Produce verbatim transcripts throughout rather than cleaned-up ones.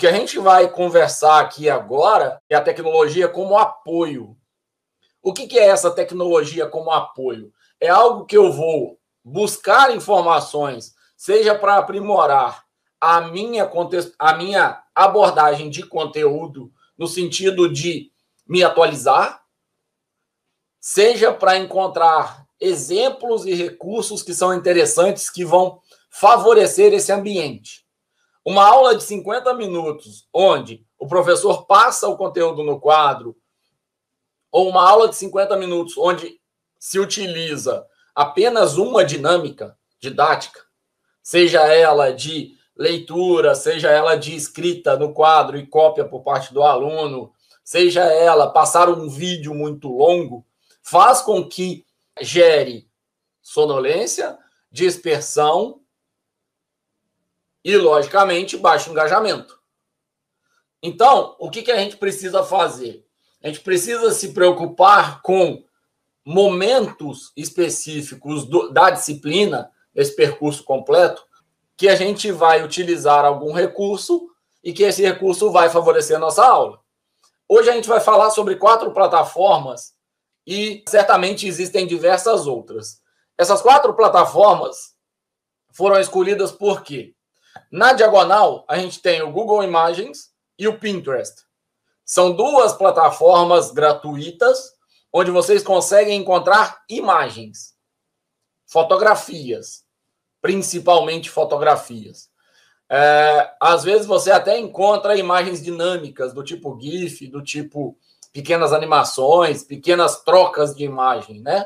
que a gente vai conversar aqui agora é a tecnologia como apoio. O que é essa tecnologia como apoio? É algo que eu vou buscar informações, seja para aprimorar a minha, a minha abordagem de conteúdo, no sentido de me atualizar, seja para encontrar exemplos e recursos que são interessantes, que vão favorecer esse ambiente. Uma aula de cinquenta minutos, onde o professor passa o conteúdo no quadro, ou uma aula de cinquenta minutos, onde se utiliza apenas uma dinâmica didática, seja ela de leitura, seja ela de escrita no quadro e cópia por parte do aluno, seja ela passar um vídeo muito longo, faz com que gere sonolência, dispersão e, logicamente, baixo engajamento. Então, o que, que a gente precisa fazer? A gente precisa se preocupar com momentos específicos do, da disciplina, esse percurso completo, que a gente vai utilizar algum recurso e que esse recurso vai favorecer a nossa aula. Hoje a gente vai falar sobre quatro plataformas e certamente existem diversas outras. Essas quatro plataformas foram escolhidas por quê? Na diagonal, a gente tem o Google Imagens e o Pinterest. São duas plataformas gratuitas onde vocês conseguem encontrar imagens, fotografias, principalmente fotografias. É, às vezes você até encontra imagens dinâmicas do tipo GIF, do tipo pequenas animações, pequenas trocas de imagem, né?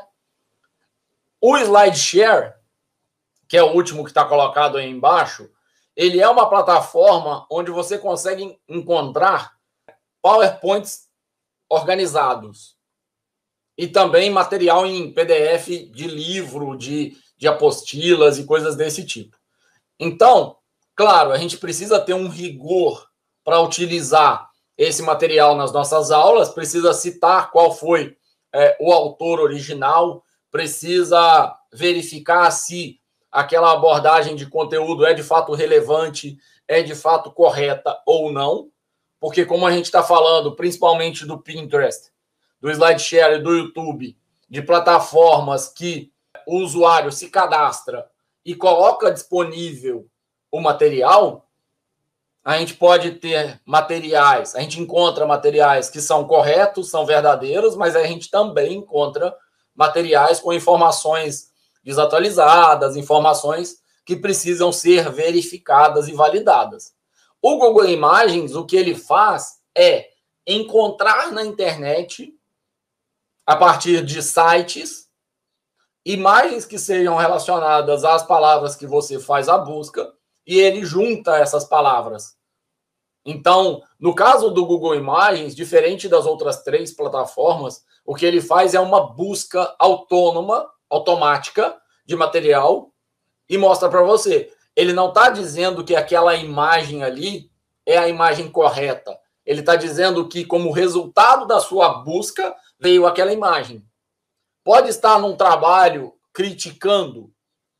O SlideShare, que é o último que está colocado aí embaixo, ele é uma plataforma onde você consegue encontrar PowerPoints organizados e também material em P D F de livro, de, de apostilas e coisas desse tipo. Então, claro, a gente precisa ter um rigor para utilizar esse material nas nossas aulas, precisa citar qual foi é, o autor original, precisa verificar se aquela abordagem de conteúdo é de fato relevante, é de fato correta ou não, porque como a gente está falando, principalmente do Pinterest, do SlideShare e do YouTube, de plataformas que o usuário se cadastra e coloca disponível o material, a gente pode ter materiais, a gente encontra materiais que são corretos, são verdadeiros, mas a gente também encontra materiais com informações desatualizadas, informações que precisam ser verificadas e validadas. O Google Imagens, o que ele faz é encontrar na internet, a partir de sites, imagens que sejam relacionadas às palavras que você faz a busca, e ele junta essas palavras. Então, no caso do Google Imagens, diferente das outras três plataformas, o que ele faz é uma busca autônoma, automática, de material, e mostra para você. Ele não está dizendo que aquela imagem ali é a imagem correta. Ele está dizendo que, como resultado da sua busca, veio aquela imagem. Pode estar num trabalho criticando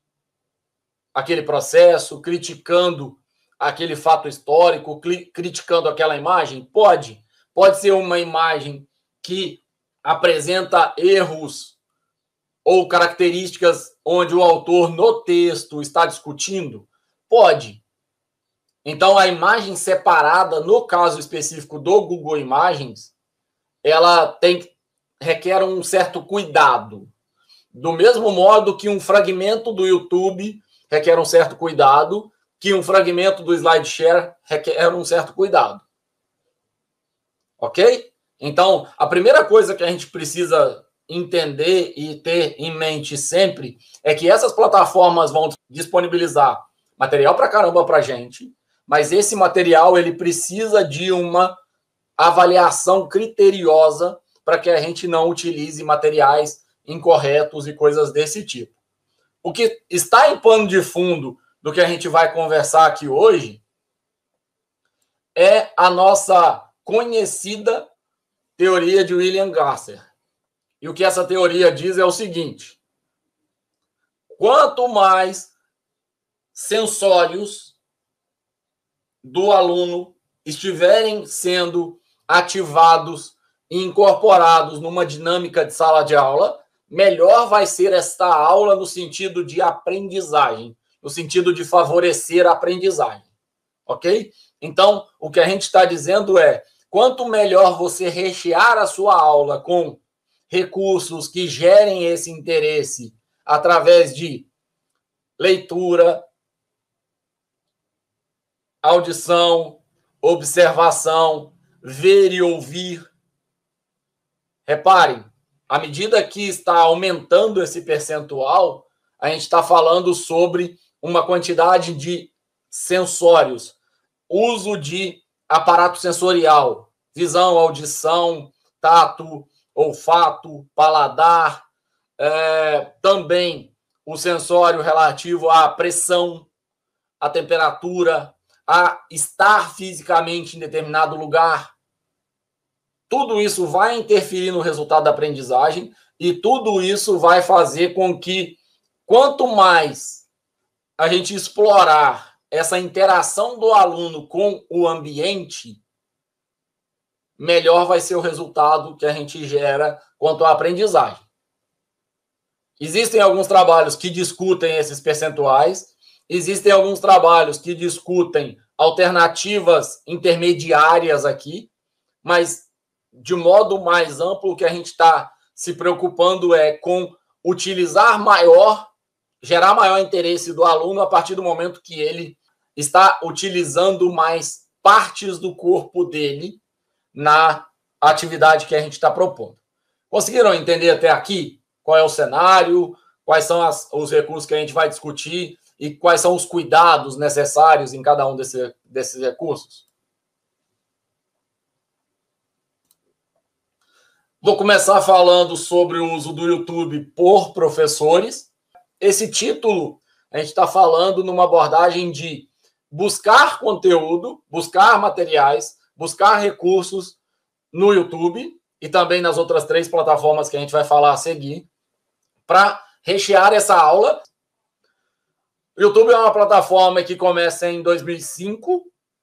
aquele processo, criticando aquele fato histórico, criticando aquela imagem? Pode. Pode ser uma imagem que apresenta erros ou características onde o autor no texto está discutindo? Pode. Então, a imagem separada, no caso específico do Google Imagens, ela tem, requer um certo cuidado. Do mesmo modo que um fragmento do YouTube requer um certo cuidado, que um fragmento do SlideShare requer um certo cuidado. Ok? Então, a primeira coisa que a gente precisa entender e ter em mente sempre é que essas plataformas vão disponibilizar material pra caramba pra gente, mas esse material ele precisa de uma avaliação criteriosa para que a gente não utilize materiais incorretos e coisas desse tipo. O que está em pano de fundo do que a gente vai conversar aqui hoje é a nossa conhecida teoria de William Glasser. E o que essa teoria diz é o seguinte: quanto mais sensórios do aluno estiverem sendo ativados e incorporados numa dinâmica de sala de aula, melhor vai ser esta aula no sentido de aprendizagem, no sentido de favorecer a aprendizagem, ok? Então, o que a gente está dizendo é, quanto melhor você rechear a sua aula com recursos que gerem esse interesse através de leitura, audição, observação, ver e ouvir. Reparem, à medida que está aumentando esse percentual, a gente está falando sobre uma quantidade de sensórios, uso de aparato sensorial, visão, audição, tato, olfato, paladar, é, também o sensório relativo à pressão, à temperatura, a estar fisicamente em determinado lugar. Tudo isso vai interferir no resultado da aprendizagem e tudo isso vai fazer com que, quanto mais a gente explorar essa interação do aluno com o ambiente, melhor vai ser o resultado que a gente gera quanto à aprendizagem. Existem alguns trabalhos que discutem esses percentuais, existem alguns trabalhos que discutem alternativas intermediárias aqui, mas de modo mais amplo, o que a gente está se preocupando é com utilizar maior, gerar maior interesse do aluno a partir do momento que ele está utilizando mais partes do corpo dele na atividade que a gente está propondo. Conseguiram entender até aqui qual é o cenário, quais são as, os recursos que a gente vai discutir e quais são os cuidados necessários em cada um desse, desses recursos? Vou começar falando sobre o uso do YouTube por professores. Esse título, a gente está falando numa abordagem de buscar conteúdo, buscar materiais, buscar recursos no YouTube e também nas outras três plataformas que a gente vai falar a seguir, para rechear essa aula. O YouTube é uma plataforma que começa em dois mil e cinco.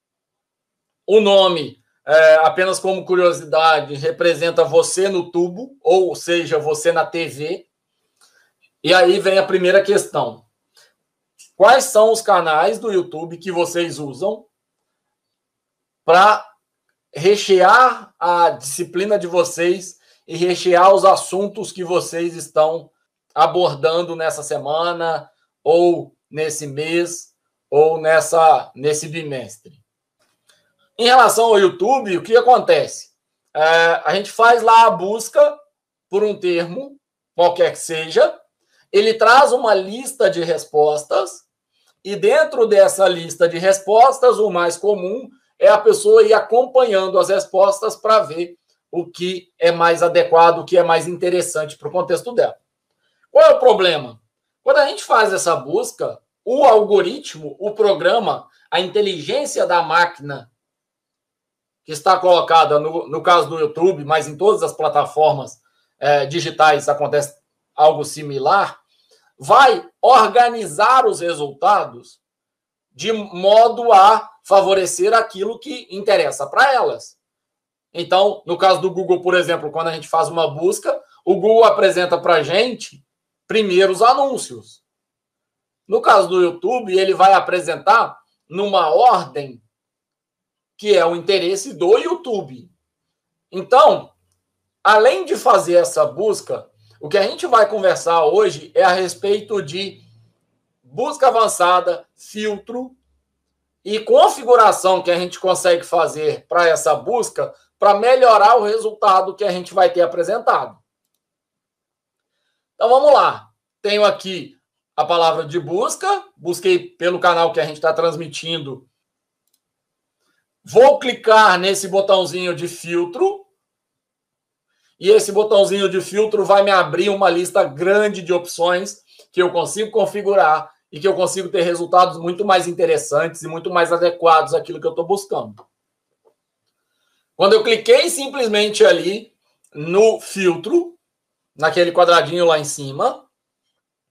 O nome, é, apenas como curiosidade, representa você no tubo, ou seja, você na T V. E aí vem a primeira questão. Quais são os canais do YouTube que vocês usam para rechear a disciplina de vocês e rechear os assuntos que vocês estão abordando nessa semana, ou nesse mês, ou nessa, nesse bimestre? Em relação ao YouTube, o que acontece? É, a gente faz lá a busca por um termo, qualquer que seja, ele traz uma lista de respostas, e dentro dessa lista de respostas, o mais comum é a pessoa ir acompanhando as respostas para ver o que é mais adequado, o que é mais interessante para o contexto dela. Qual é o problema? Quando a gente faz essa busca, o algoritmo, o programa, a inteligência da máquina que está colocada no, no caso do YouTube, mas em todas as plataformas é, digitais acontece algo similar, vai organizar os resultados de modo a favorecer aquilo que interessa para elas. Então, no caso do Google, por exemplo, quando a gente faz uma busca, o Google apresenta para a gente primeiro os anúncios. No caso do YouTube, ele vai apresentar numa ordem que é o interesse do YouTube. Então, além de fazer essa busca, o que a gente vai conversar hoje é a respeito de busca avançada, filtro e configuração que a gente consegue fazer para essa busca para melhorar o resultado que a gente vai ter apresentado. Então, vamos lá. Tenho aqui a palavra de busca, busquei pelo canal que a gente está transmitindo. Vou clicar nesse botãozinho de filtro. E esse botãozinho de filtro vai me abrir uma lista grande de opções que eu consigo configurar e que eu consigo ter resultados muito mais interessantes e muito mais adequados àquilo que eu estou buscando. Quando eu cliquei simplesmente ali no filtro, naquele quadradinho lá em cima,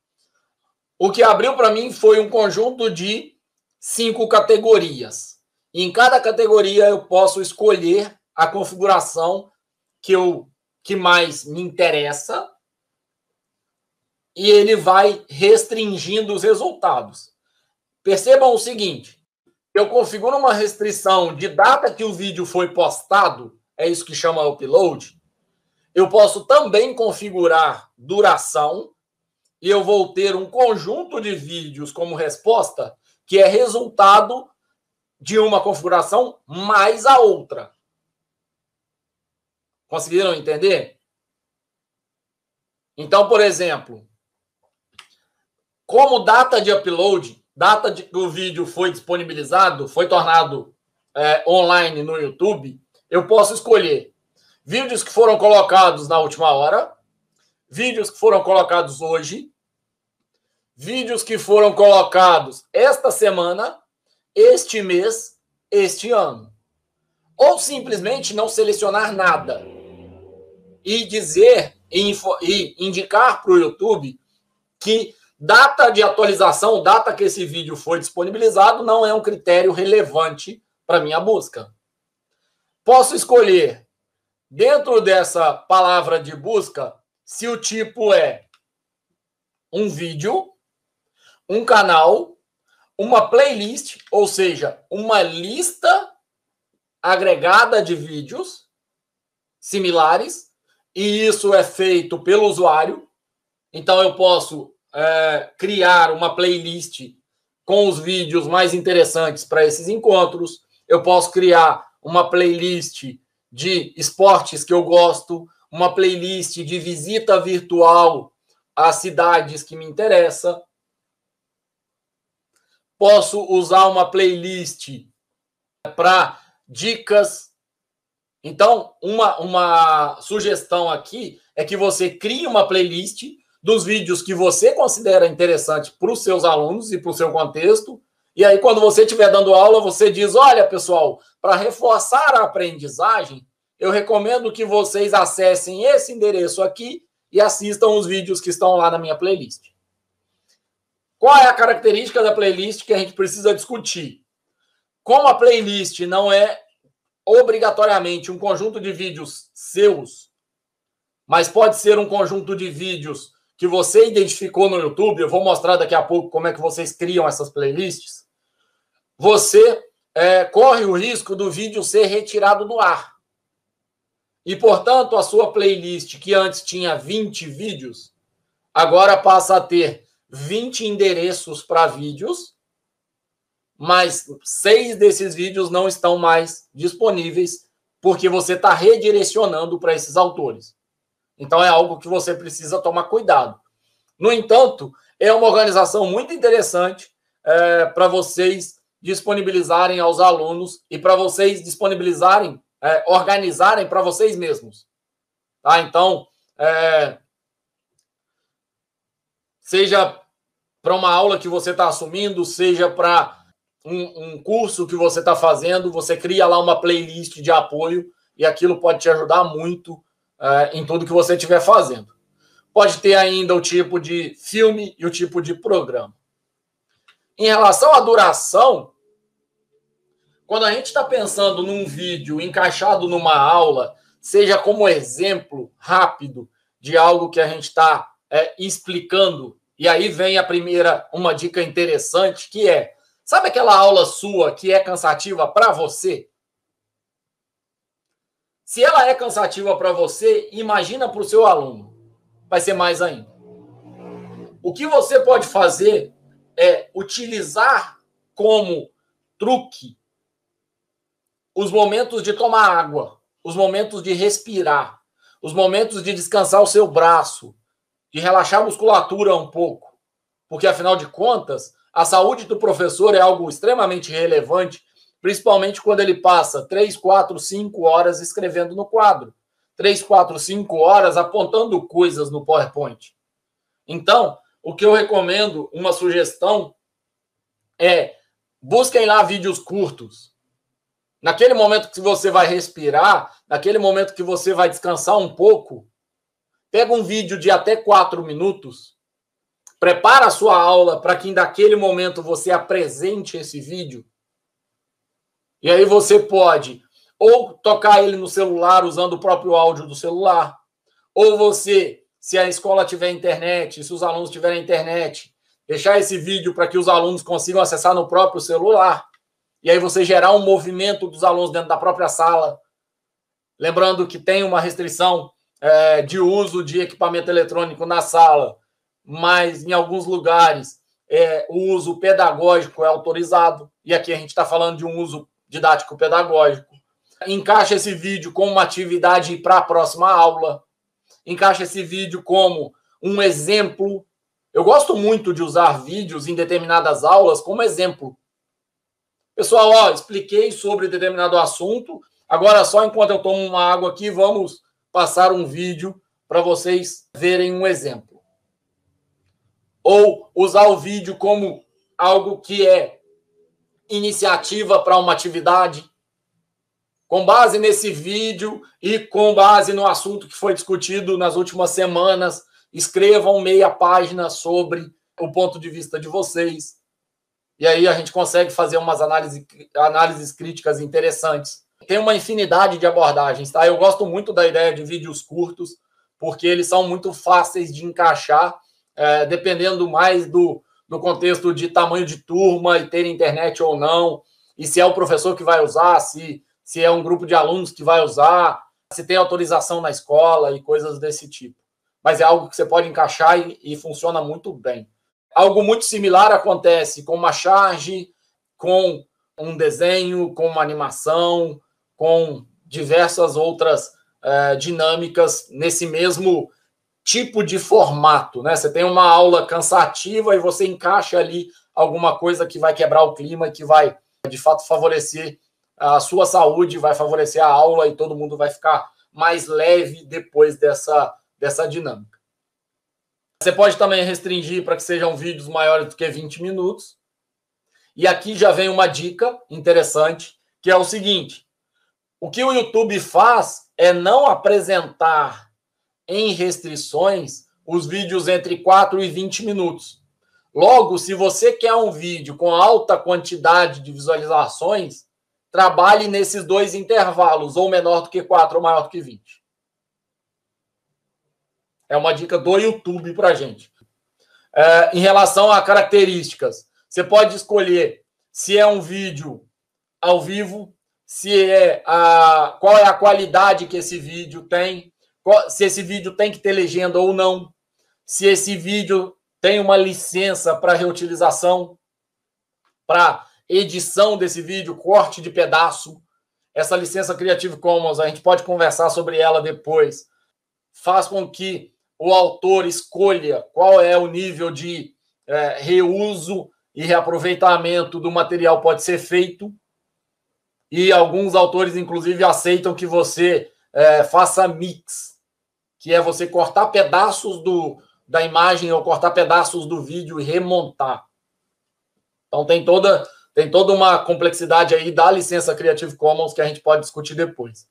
o que abriu para mim foi um conjunto de cinco categorias. E em cada categoria eu posso escolher a configuração que, eu, que mais me interessa e ele vai restringindo os resultados. Percebam o seguinte, eu configuro uma restrição de data que o vídeo foi postado, é isso que chama upload. Eu posso também configurar duração e eu vou ter um conjunto de vídeos como resposta que é resultado de uma configuração mais a outra. Conseguiram entender? Então, por exemplo, como data de upload, data de que o vídeo foi disponibilizado, foi tornado é, online no YouTube, eu posso escolher vídeos que foram colocados na última hora, vídeos que foram colocados hoje, vídeos que foram colocados esta semana, este mês, este ano. Ou simplesmente não selecionar nada e dizer e indicar para o YouTube que data de atualização, data que esse vídeo foi disponibilizado, não é um critério relevante para minha busca. Posso escolher, dentro dessa palavra de busca, se o tipo é um vídeo, um canal, uma playlist, ou seja, uma lista agregada de vídeos similares, e isso é feito pelo usuário. Então, eu posso é, criar uma playlist com os vídeos mais interessantes para esses encontros. Eu posso criar uma playlist de esportes que eu gosto, uma playlist de visita virtual às cidades que me interessam. Posso usar uma playlist para dicas. Então, uma, uma sugestão aqui é que você crie uma playlist dos vídeos que você considera interessante para os seus alunos e para o seu contexto. E aí, quando você estiver dando aula, você diz, olha, pessoal, para reforçar a aprendizagem, eu recomendo que vocês acessem esse endereço aqui e assistam os vídeos que estão lá na minha playlist. Qual é a característica da playlist que a gente precisa discutir? Como a playlist não é obrigatoriamente um conjunto de vídeos seus, mas pode ser um conjunto de vídeos que você identificou no YouTube, eu vou mostrar daqui a pouco como é que vocês criam essas playlists, você é, corre o risco do vídeo ser retirado do ar. E, portanto, a sua playlist, que antes tinha vinte vídeos, agora passa a ter vinte endereços para vídeos, mas seis desses vídeos não estão mais disponíveis porque você está redirecionando para esses autores. Então, é algo que você precisa tomar cuidado. No entanto, é uma organização muito interessante é, para vocês disponibilizarem aos alunos e para vocês disponibilizarem, é, organizarem para vocês mesmos. Tá? Então, é, seja para uma aula que você está assumindo, seja para um, um curso que você está fazendo, você cria lá uma playlist de apoio e aquilo pode te ajudar muito é, em tudo que você estiver fazendo. Pode ter ainda o tipo de filme e o tipo de programa. Em relação à duração, quando a gente está pensando num vídeo encaixado numa aula, seja como exemplo rápido de algo que a gente está é, explicando, e aí vem a primeira, uma dica interessante, que é, sabe aquela aula sua que é cansativa para você? Se ela é cansativa para você, imagina para o seu aluno. Vai ser mais ainda. O que você pode fazer é utilizar como truque os momentos de tomar água, os momentos de respirar, os momentos de descansar o seu braço, de relaxar a musculatura um pouco. Porque, afinal de contas, a saúde do professor é algo extremamente relevante, principalmente quando ele passa três, quatro, cinco horas escrevendo no quadro. três, quatro, cinco horas apontando coisas no PowerPoint. Então, o que eu recomendo, uma sugestão, é busquem lá vídeos curtos. Naquele momento que você vai respirar, naquele momento que você vai descansar um pouco, pega um vídeo de até quatro minutos, prepara a sua aula para que naquele momento você apresente esse vídeo E aí você pode ou tocar ele no celular usando o próprio áudio do celular, ou você, se a escola tiver internet, se os alunos tiverem internet, deixar esse vídeo para que os alunos consigam acessar no próprio celular. E aí você gerar um movimento dos alunos dentro da própria sala. Lembrando que tem uma restrição é, de uso de equipamento eletrônico na sala, mas em alguns lugares é, o uso pedagógico é autorizado. E aqui a gente está falando de um uso didático-pedagógico. Encaixa esse vídeo como uma atividade para a próxima aula. Encaixa esse vídeo como um exemplo. Eu gosto muito de usar vídeos em determinadas aulas como exemplo. Pessoal, ó, expliquei sobre determinado assunto. Agora, só enquanto eu tomo uma água aqui, vamos passar um vídeo para vocês verem um exemplo. Ou usar o vídeo como algo que é iniciativa para uma atividade. Com base nesse vídeo e com base no assunto que foi discutido nas últimas semanas, escrevam meia página sobre o ponto de vista de vocês. E aí a gente consegue fazer umas análises, análises críticas interessantes. Tem uma infinidade de abordagens, tá? Eu gosto muito da ideia de vídeos curtos, porque eles são muito fáceis de encaixar, é, dependendo mais do, do contexto de tamanho de turma e ter internet ou não, e se é o professor que vai usar, se, se é um grupo de alunos que vai usar, se tem autorização na escola e coisas desse tipo. Mas é algo que você pode encaixar e, e funciona muito bem. Algo muito similar acontece com uma charge, com um desenho, com uma animação, com diversas outras uh, dinâmicas nesse mesmo tipo de formato, né? Você tem uma aula cansativa e você encaixa ali alguma coisa que vai quebrar o clima e que vai, de fato, favorecer a sua saúde, vai favorecer a aula e todo mundo vai ficar mais leve depois dessa, dessa dinâmica. Você pode também restringir para que sejam vídeos maiores do que vinte minutos. E aqui já vem uma dica interessante, que é o seguinte: o que o YouTube faz é não apresentar em restrições os vídeos entre quatro e vinte minutos. Logo, se você quer um vídeo com alta quantidade de visualizações, trabalhe nesses dois intervalos, ou menor do que quatro ou maior do que vinte. É uma dica do YouTube para a gente. É, em relação a características, você pode escolher se é um vídeo ao vivo, se é a, qual é a qualidade que esse vídeo tem, qual, se esse vídeo tem que ter legenda ou não, se esse vídeo tem uma licença para reutilização, para edição desse vídeo, corte de pedaço. Essa licença Creative Commons, a gente pode conversar sobre ela depois, faz com que o autor escolha qual é o nível de é, reuso e reaproveitamento do material pode ser feito. E alguns autores, inclusive, aceitam que você é, faça mix, que é você cortar pedaços do, da imagem ou cortar pedaços do vídeo e remontar. Então, tem toda, tem toda uma complexidade aí da licença Creative Commons que a gente pode discutir depois.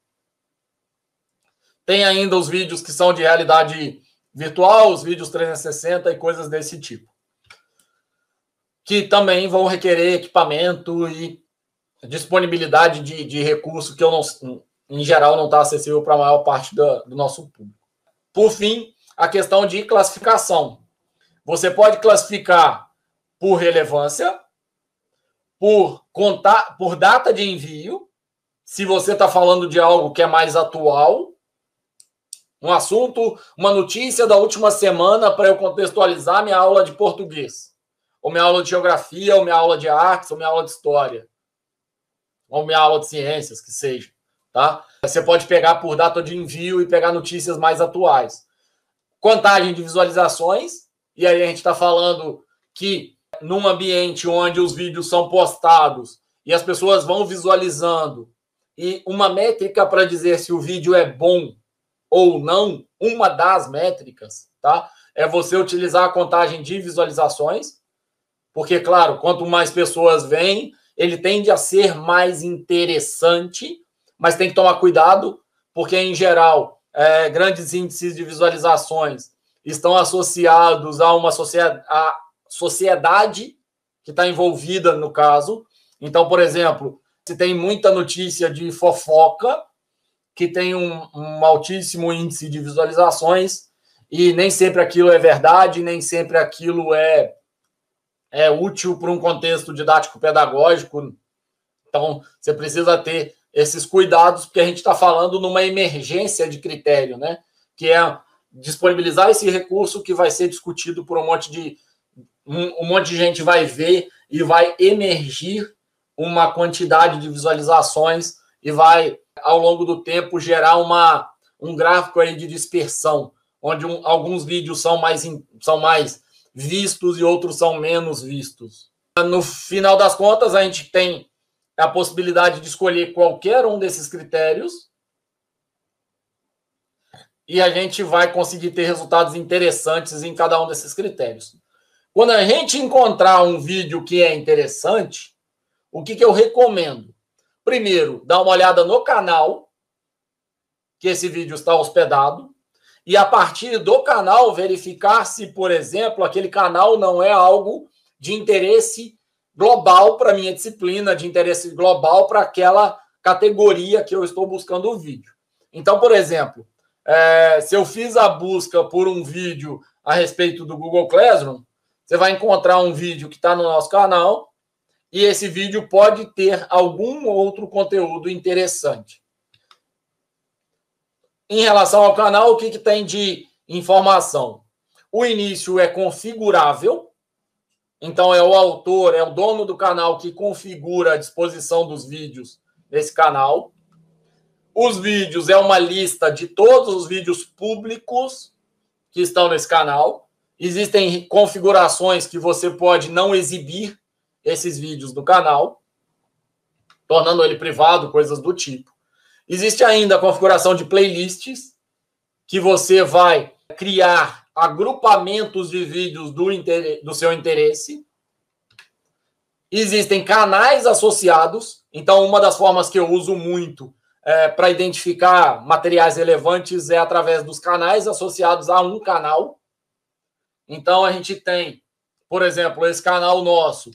Tem ainda os vídeos que são de realidade virtual, os vídeos trezentos e sessenta e coisas desse tipo, que também vão requerer equipamento e disponibilidade de, de recurso que eu não, em geral não está acessível para a maior parte do, do nosso público. Por fim, a questão de classificação. Você pode classificar por relevância, por, contar, por data de envio, se você está falando de algo que é mais atual, um assunto, uma notícia da última semana para eu contextualizar minha aula de português, ou minha aula de geografia, ou minha aula de artes, ou minha aula de história, ou minha aula de ciências, que seja, tá? Você pode pegar por data de envio e pegar notícias mais atuais. Contagem de visualizações, e aí a gente está falando que num ambiente onde os vídeos são postados e as pessoas vão visualizando, e uma métrica para dizer se o vídeo é bom ou não, uma das métricas, tá? É você utilizar a contagem de visualizações, porque, claro, quanto mais pessoas veem, ele tende a ser mais interessante, mas tem que tomar cuidado, porque, em geral, é, grandes índices de visualizações estão associados a uma sociedade, a sociedade que está envolvida no caso. Então, por exemplo, Se tem muita notícia de fofoca, que tem um, um altíssimo índice de visualizações, e nem sempre aquilo é verdade, nem sempre aquilo é, é útil para um contexto didático-pedagógico. Então, você precisa ter esses cuidados, porque a gente está falando numa emergência de critério, né? Que é disponibilizar esse recurso que vai ser discutido por um monte de... Um, um monte de gente vai ver e vai emergir uma quantidade de visualizações e vai, ao longo do tempo, gerar uma, um gráfico aí de dispersão, onde um, alguns vídeos são mais, são mais vistos e outros são menos vistos. No final das contas, a gente tem a possibilidade de escolher qualquer um desses critérios e a gente vai conseguir ter resultados interessantes em cada um desses critérios. Quando a gente encontrar um vídeo que é interessante, o que, que eu recomendo? Primeiro, dar uma olhada no canal que esse vídeo está hospedado e, a partir do canal, verificar se, por exemplo, aquele canal não é algo de interesse global para a minha disciplina, de interesse global para aquela categoria que eu estou buscando o vídeo. Então, por exemplo, é, se eu fiz a busca por um vídeo a respeito do Google Classroom, você vai encontrar um vídeo que está no nosso canal e esse vídeo pode ter algum outro conteúdo interessante. Em relação ao canal, o que, que tem de informação? O início é configurável, então é o autor, é o dono do canal que configura a disposição dos vídeos nesse canal. Os vídeos é uma lista de todos os vídeos públicos que estão nesse canal. Existem configurações que você pode não exibir esses vídeos no canal, tornando ele privado, coisas do tipo. Existe ainda a configuração de playlists, que você vai criar agrupamentos de vídeos do, do seu interesse. Existem canais associados, então uma das formas que eu uso muito é, para identificar materiais relevantes é através dos canais associados a um canal. Então, a gente tem, por exemplo, esse canal nosso.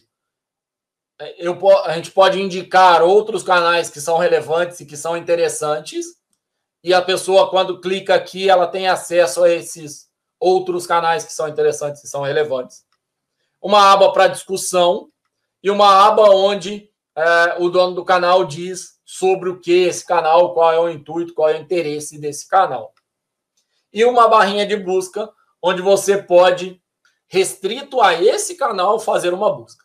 Eu, a gente pode indicar outros canais que são relevantes e que são interessantes. E a pessoa, quando clica aqui, ela tem acesso a esses outros canais que são interessantes e são relevantes. Uma aba para discussão e uma aba onde é, o dono do canal diz sobre o que esse canal, qual é o intuito, qual é o interesse desse canal. E uma barrinha de busca onde você pode, restrito a esse canal, fazer uma busca.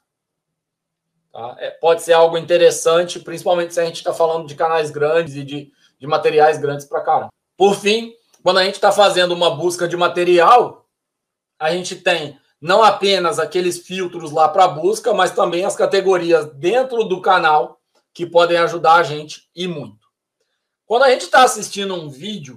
Tá? É, pode ser algo interessante, principalmente se a gente está falando de canais grandes e de, de materiais grandes para caramba. Por fim, quando a gente está fazendo uma busca de material, a gente tem não apenas aqueles filtros lá para busca, mas também as categorias dentro do canal que podem ajudar a gente e muito. Quando a gente está assistindo um vídeo,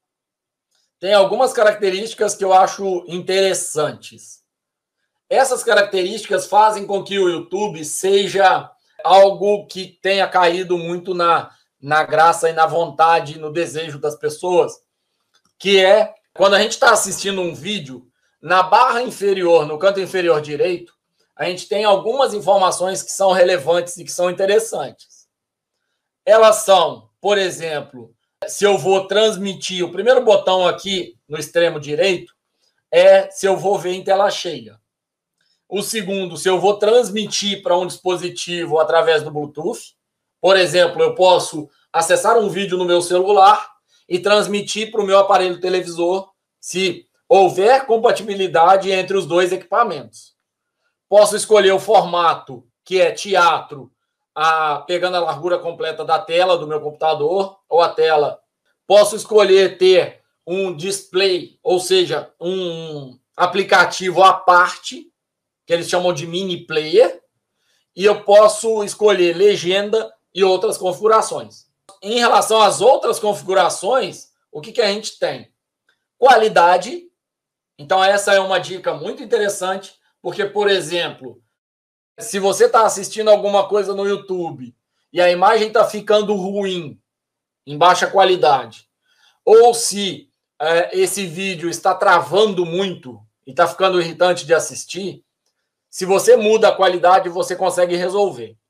tem algumas características que eu acho interessantes. Essas características fazem com que o YouTube seja algo que tenha caído muito na, na graça e na vontade, no desejo das pessoas, que é quando a gente está assistindo um vídeo, na barra inferior, no canto inferior direito, a gente tem algumas informações que são relevantes e que são interessantes. Elas são, por exemplo, se eu vou transmitir, o primeiro botão aqui no extremo direito é se eu vou ver em tela cheia. O segundo, se eu vou transmitir para um dispositivo através do Bluetooth. Por exemplo, eu posso acessar um vídeo no meu celular e transmitir para o meu aparelho televisor se houver compatibilidade entre os dois equipamentos. Posso escolher o formato, que é teatro, a, pegando a largura completa da tela do meu computador ou a tela. Posso escolher ter um display, ou seja, um aplicativo à parte, que eles chamam de mini player, e eu posso escolher legenda e outras configurações. Em relação às outras configurações, o que, que a gente tem? Qualidade. Então, essa é uma dica muito interessante, porque, por exemplo, se você está assistindo alguma coisa no YouTube e a imagem está ficando ruim, em baixa qualidade, ou se é, esse vídeo está travando muito e está ficando irritante de assistir, se você muda a qualidade, você consegue resolver.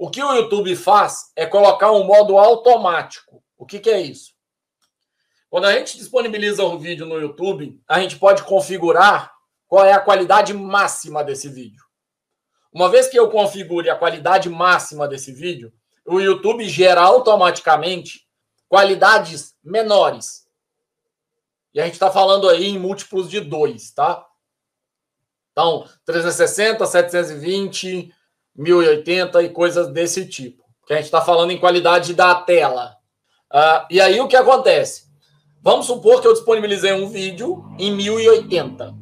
O que o YouTube faz é colocar um modo automático. O que, que é isso? Quando a gente disponibiliza o vídeo no YouTube, a gente pode configurar qual é a qualidade máxima desse vídeo. Uma vez que eu configure a qualidade máxima desse vídeo, o YouTube gera automaticamente qualidades menores. E a gente está falando aí em múltiplos de dois, tá? Então, trezentos e sessenta, setecentos e vinte, mil e oitenta e coisas desse tipo. Que a gente está falando em qualidade da tela. Uh, e aí o que acontece? Vamos supor que eu disponibilizei um vídeo em mil e oitenta.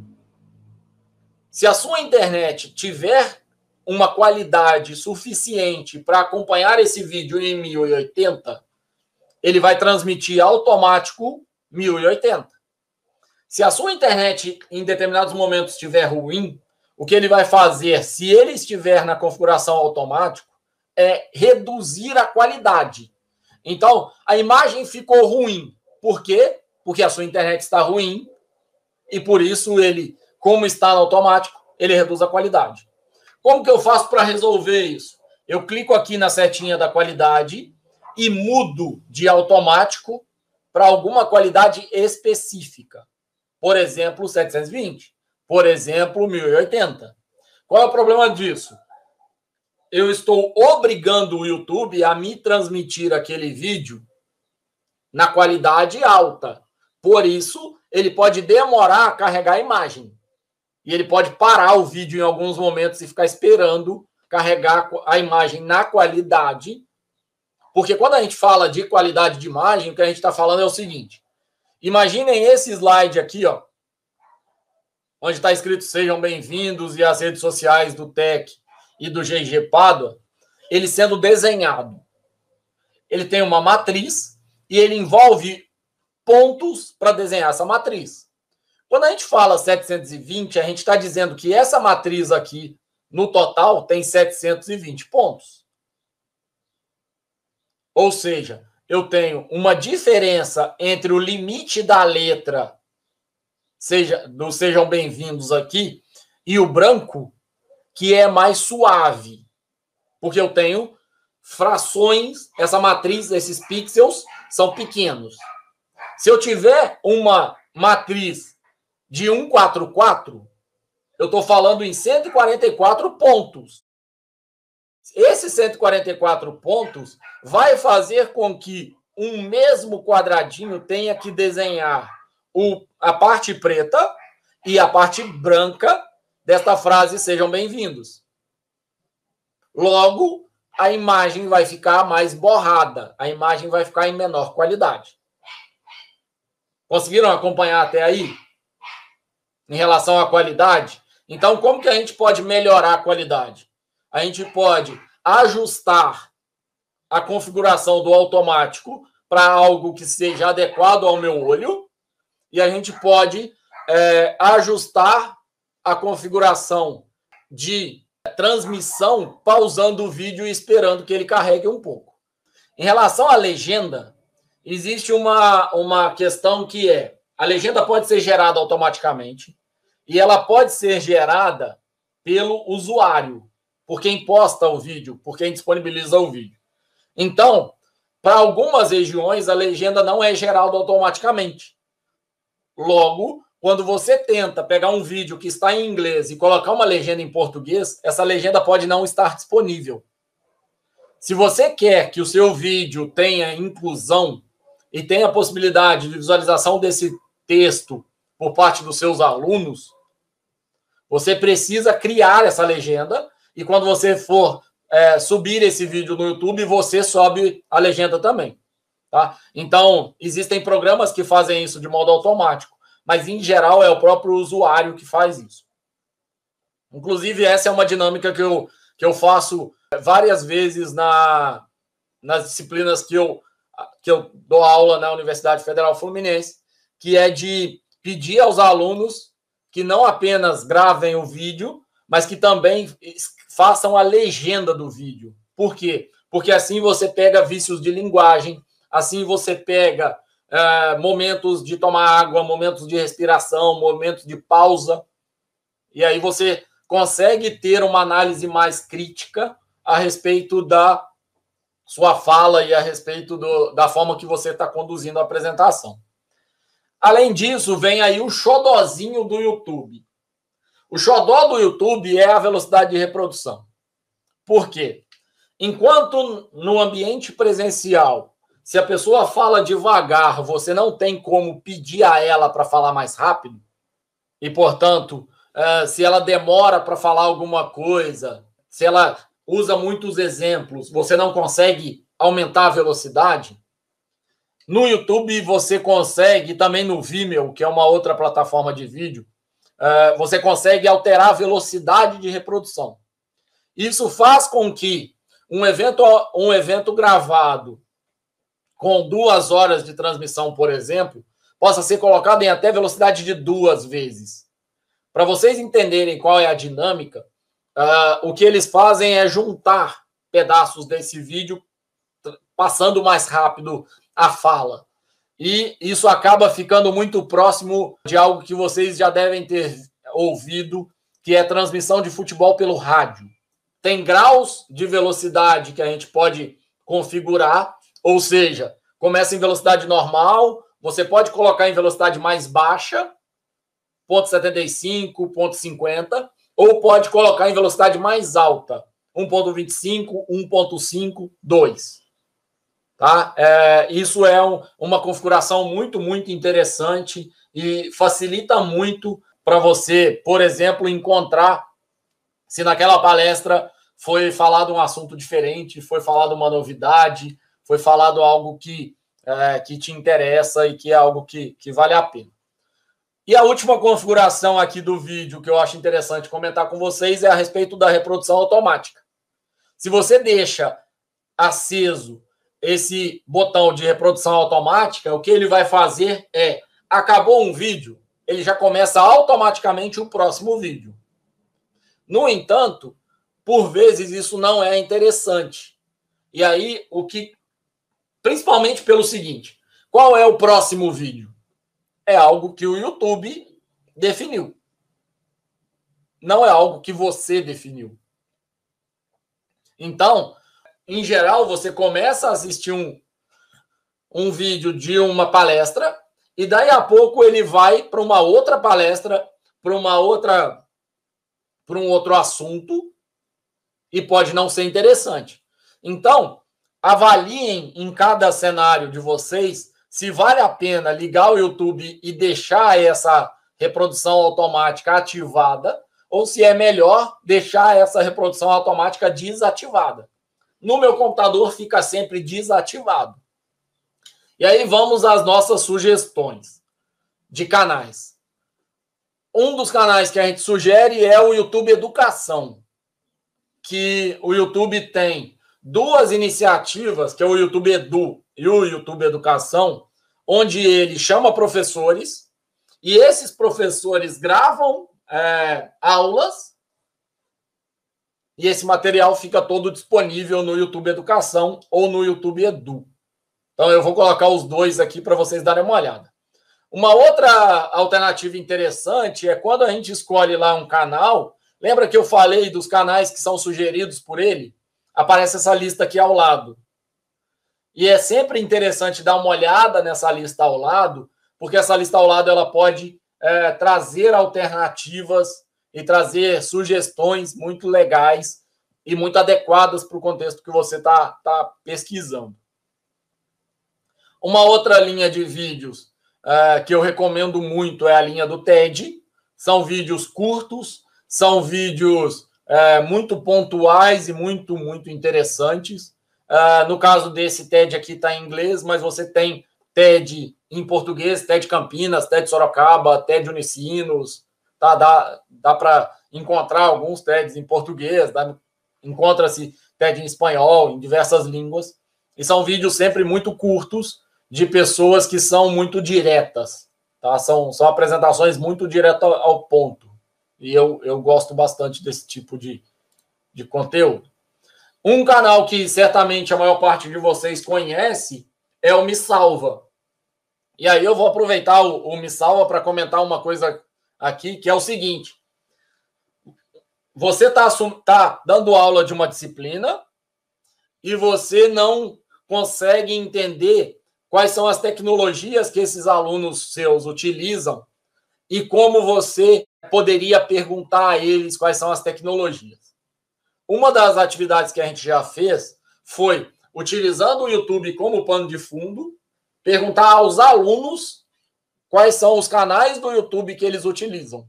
Se a sua internet tiver uma qualidade suficiente para acompanhar esse vídeo em mil e oitenta, ele vai transmitir automático mil e oitenta. Se a sua internet em determinados momentos estiver ruim, o que ele vai fazer, se ele estiver na configuração automático, é reduzir a qualidade. Então, a imagem ficou ruim. Por quê? Porque a sua internet está ruim e por isso ele, como está no automático, ele reduz a qualidade. Como que eu faço para resolver isso? Eu clico aqui na setinha da qualidade e mudo de automático para alguma qualidade específica. Por exemplo, setecentos e vinte. Por exemplo, mil e oitenta. Qual é o problema disso? Eu estou obrigando o YouTube a me transmitir aquele vídeo na qualidade alta. Por isso, ele pode demorar a carregar a imagem. E ele pode parar o vídeo em alguns momentos e ficar esperando carregar a imagem na qualidade. Porque quando a gente fala de qualidade de imagem, o que a gente está falando é o seguinte. Imaginem esse slide aqui, ó, onde está escrito sejam bem-vindos e as redes sociais do Tech e do G G Pádua, ele sendo desenhado. Ele tem uma matriz e ele envolve pontos para desenhar essa matriz. Quando a gente fala setecentos e vinte, a gente está dizendo que essa matriz aqui, no total, tem setecentos e vinte pontos. Ou seja, eu tenho uma diferença entre o limite da letra seja, do sejam bem-vindos aqui e o branco, que é mais suave. Porque eu tenho frações, essa matriz, esses pixels são pequenos. Se eu tiver uma matriz de cento e quarenta e quatro, eu estou falando em cento e quarenta e quatro pontos. Esses cento e quarenta e quatro pontos vai fazer com que um mesmo quadradinho tenha que desenhar o, a parte preta e a parte branca desta frase sejam bem-vindos. Logo, a imagem vai ficar mais borrada, a imagem vai ficar em menor qualidade. Conseguiram acompanhar até aí? Em relação à qualidade? Então, como que a gente pode melhorar a qualidade? A gente pode ajustar a configuração do automático para algo que seja adequado ao meu olho e a gente pode é, ajustar a configuração de transmissão pausando o vídeo e esperando que ele carregue um pouco. Em relação à legenda, existe uma, uma questão que é a legenda pode ser gerada automaticamente e ela pode ser gerada pelo usuário, por quem posta o vídeo, por quem disponibiliza o vídeo. Então, para algumas regiões, a legenda não é gerada automaticamente. Logo, quando você tenta pegar um vídeo que está em inglês e colocar uma legenda em português, essa legenda pode não estar disponível. Se você quer que o seu vídeo tenha inclusão e tenha a possibilidade de visualização desse texto por parte dos seus alunos, você precisa criar essa legenda e quando você for é, subir esse vídeo no YouTube, você sobe a legenda também. Tá? Então, existem programas que fazem isso de modo automático, mas, em geral, é o próprio usuário que faz isso. Inclusive, essa é uma dinâmica que eu, que eu faço várias vezes na, nas disciplinas que eu, que eu dou aula na Universidade Federal Fluminense, que é de pedir aos alunos que não apenas gravem o vídeo, mas que também façam a legenda do vídeo. Por quê? Porque assim você pega vícios de linguagem, assim você pega é, momentos de tomar água, momentos de respiração, momentos de pausa, e aí você consegue ter uma análise mais crítica a respeito da sua fala e a respeito do, da forma que você está conduzindo a apresentação. Além disso, vem aí o xodozinho do YouTube. O xodó do YouTube é a velocidade de reprodução. Por quê? Enquanto no ambiente presencial, se a pessoa fala devagar, você não tem como pedir a ela para falar mais rápido, e, portanto, se ela demora para falar alguma coisa, se ela usa muitos exemplos, você não consegue aumentar a velocidade. No YouTube você consegue, também no Vimeo, que é uma outra plataforma de vídeo, você consegue alterar a velocidade de reprodução. Isso faz com que um evento, um evento gravado com duas horas de transmissão, por exemplo, possa ser colocado em até velocidade de duas vezes. Para vocês entenderem qual é a dinâmica, uh, o que eles fazem é juntar pedaços desse vídeo, passando mais rápido a fala. E isso acaba ficando muito próximo de algo que vocês já devem ter ouvido, que é transmissão de futebol pelo rádio. Tem graus de velocidade que a gente pode configurar, ou seja, começa em velocidade normal, você pode colocar em velocidade mais baixa, ponto setenta e cinco, ponto cinquenta, ou pode colocar em velocidade mais alta, um ponto vinte e cinco, um ponto cinco, dois. Tá? É, isso é um, uma configuração muito, muito interessante e facilita muito para você, por exemplo, encontrar se naquela palestra foi falado um assunto diferente, foi falado uma novidade, foi falado algo que, é, que te interessa e que é algo que, que vale a pena. E a última configuração aqui do vídeo que eu acho interessante comentar com vocês é a respeito da reprodução automática. Se você deixa aceso esse botão de reprodução automática, o que ele vai fazer é, acabou um vídeo, ele já começa automaticamente o próximo vídeo. No entanto, por vezes isso não é interessante. E aí, o que, principalmente pelo seguinte, qual é o próximo vídeo? É algo que o YouTube definiu. Não é algo que você definiu. Então, em geral, você começa a assistir um, um vídeo de uma palestra e daí a pouco ele vai para uma outra palestra, para uma outra, para um outro assunto e pode não ser interessante. Então, avaliem em cada cenário de vocês se vale a pena ligar o YouTube e deixar essa reprodução automática ativada ou se é melhor deixar essa reprodução automática desativada. No meu computador fica sempre desativado. E aí vamos às nossas sugestões de canais. Um dos canais que a gente sugere é o YouTube Educação, que o YouTube tem duas iniciativas, que é o YouTube Edu e o YouTube Educação, onde ele chama professores e esses professores gravam é, aulas e esse material fica todo disponível no YouTube Educação ou no YouTube Edu. Então, eu vou colocar os dois aqui para vocês darem uma olhada. Uma outra alternativa interessante é quando a gente escolhe lá um canal. Lembra que eu falei dos canais que são sugeridos por ele? Aparece essa lista aqui ao lado. E é sempre interessante dar uma olhada nessa lista ao lado, porque essa lista ao lado ela pode é, trazer alternativas e trazer sugestões muito legais e muito adequadas para o contexto que você está tá pesquisando. Uma outra linha de vídeos uh, que eu recomendo muito é a linha do TED. São vídeos curtos, são vídeos uh, muito pontuais e muito, muito interessantes. Uh, no caso desse TED aqui está em inglês, mas você tem TED em português, TED Campinas, TED Sorocaba, TED Unicinos. Tá? Dá, dá para encontrar alguns TEDs em português, encontra-se TED em espanhol, em diversas línguas. E são vídeos sempre muito curtos, de pessoas que são muito diretas, tá? São, são apresentações muito diretas ao ponto. E eu, eu gosto bastante desse tipo de, de conteúdo. Um canal que certamente a maior parte de vocês conhece é o Me Salva. E aí eu vou aproveitar o, o Me Salva para comentar uma coisa aqui, que é o seguinte. você está tá dando aula de uma disciplina e você não consegue entender quais são as tecnologias que esses alunos seus utilizam e como você poderia perguntar a eles quais são as tecnologias. Uma das atividades que a gente já fez foi, utilizando o YouTube como pano de fundo, perguntar aos alunos quais são os canais do YouTube que eles utilizam.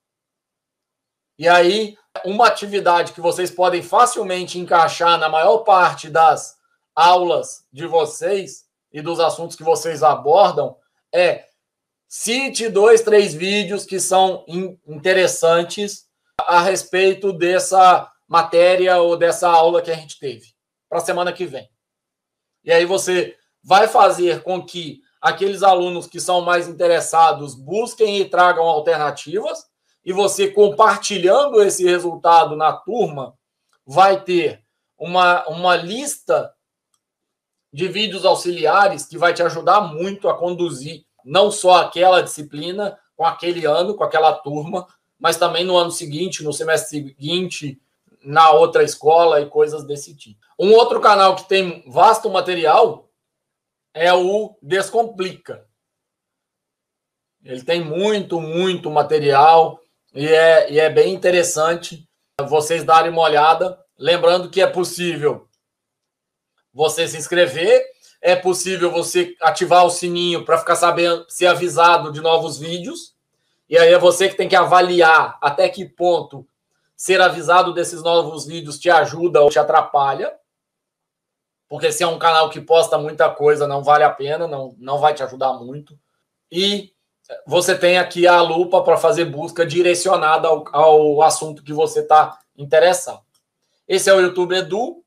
E aí, uma atividade que vocês podem facilmente encaixar na maior parte das aulas de vocês e dos assuntos que vocês abordam é: cite dois, três vídeos que são interessantes a respeito dessa matéria ou dessa aula que a gente teve para a semana que vem. E aí você vai fazer com que aqueles alunos que são mais interessados busquem e tragam alternativas, e você, compartilhando esse resultado na turma, vai ter uma, uma lista de vídeos auxiliares que vai te ajudar muito a conduzir não só aquela disciplina com aquele ano, com aquela turma, mas também no ano seguinte, no semestre seguinte, na outra escola e coisas desse tipo. Um outro canal que tem vasto material é o Descomplica. Ele tem muito, muito material e é, e é bem interessante vocês darem uma olhada. Lembrando que é possível você se inscrever, é possível você ativar o sininho para ficar sabendo, ser avisado de novos vídeos. E aí é você que tem que avaliar até que ponto ser avisado desses novos vídeos te ajuda ou te atrapalha. Porque se é um canal que posta muita coisa, não vale a pena, não, não vai te ajudar muito. E você tem aqui a lupa para fazer busca direcionada ao, ao assunto que você está interessado. Esse é o YouTube Edu.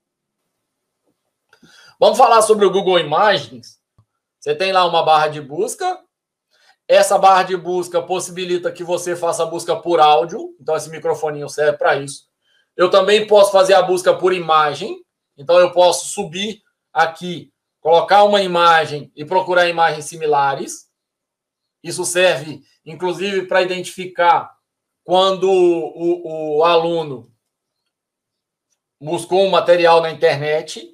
Vamos falar sobre o Google Imagens. Você tem lá uma barra de busca. Essa barra de busca possibilita que você faça a busca por áudio. Então, esse microfoninho serve para isso. Eu também posso fazer a busca por imagem. Então, eu posso subir aqui, colocar uma imagem e procurar imagens similares. Isso serve, inclusive, para identificar quando o, o aluno buscou um material na internet.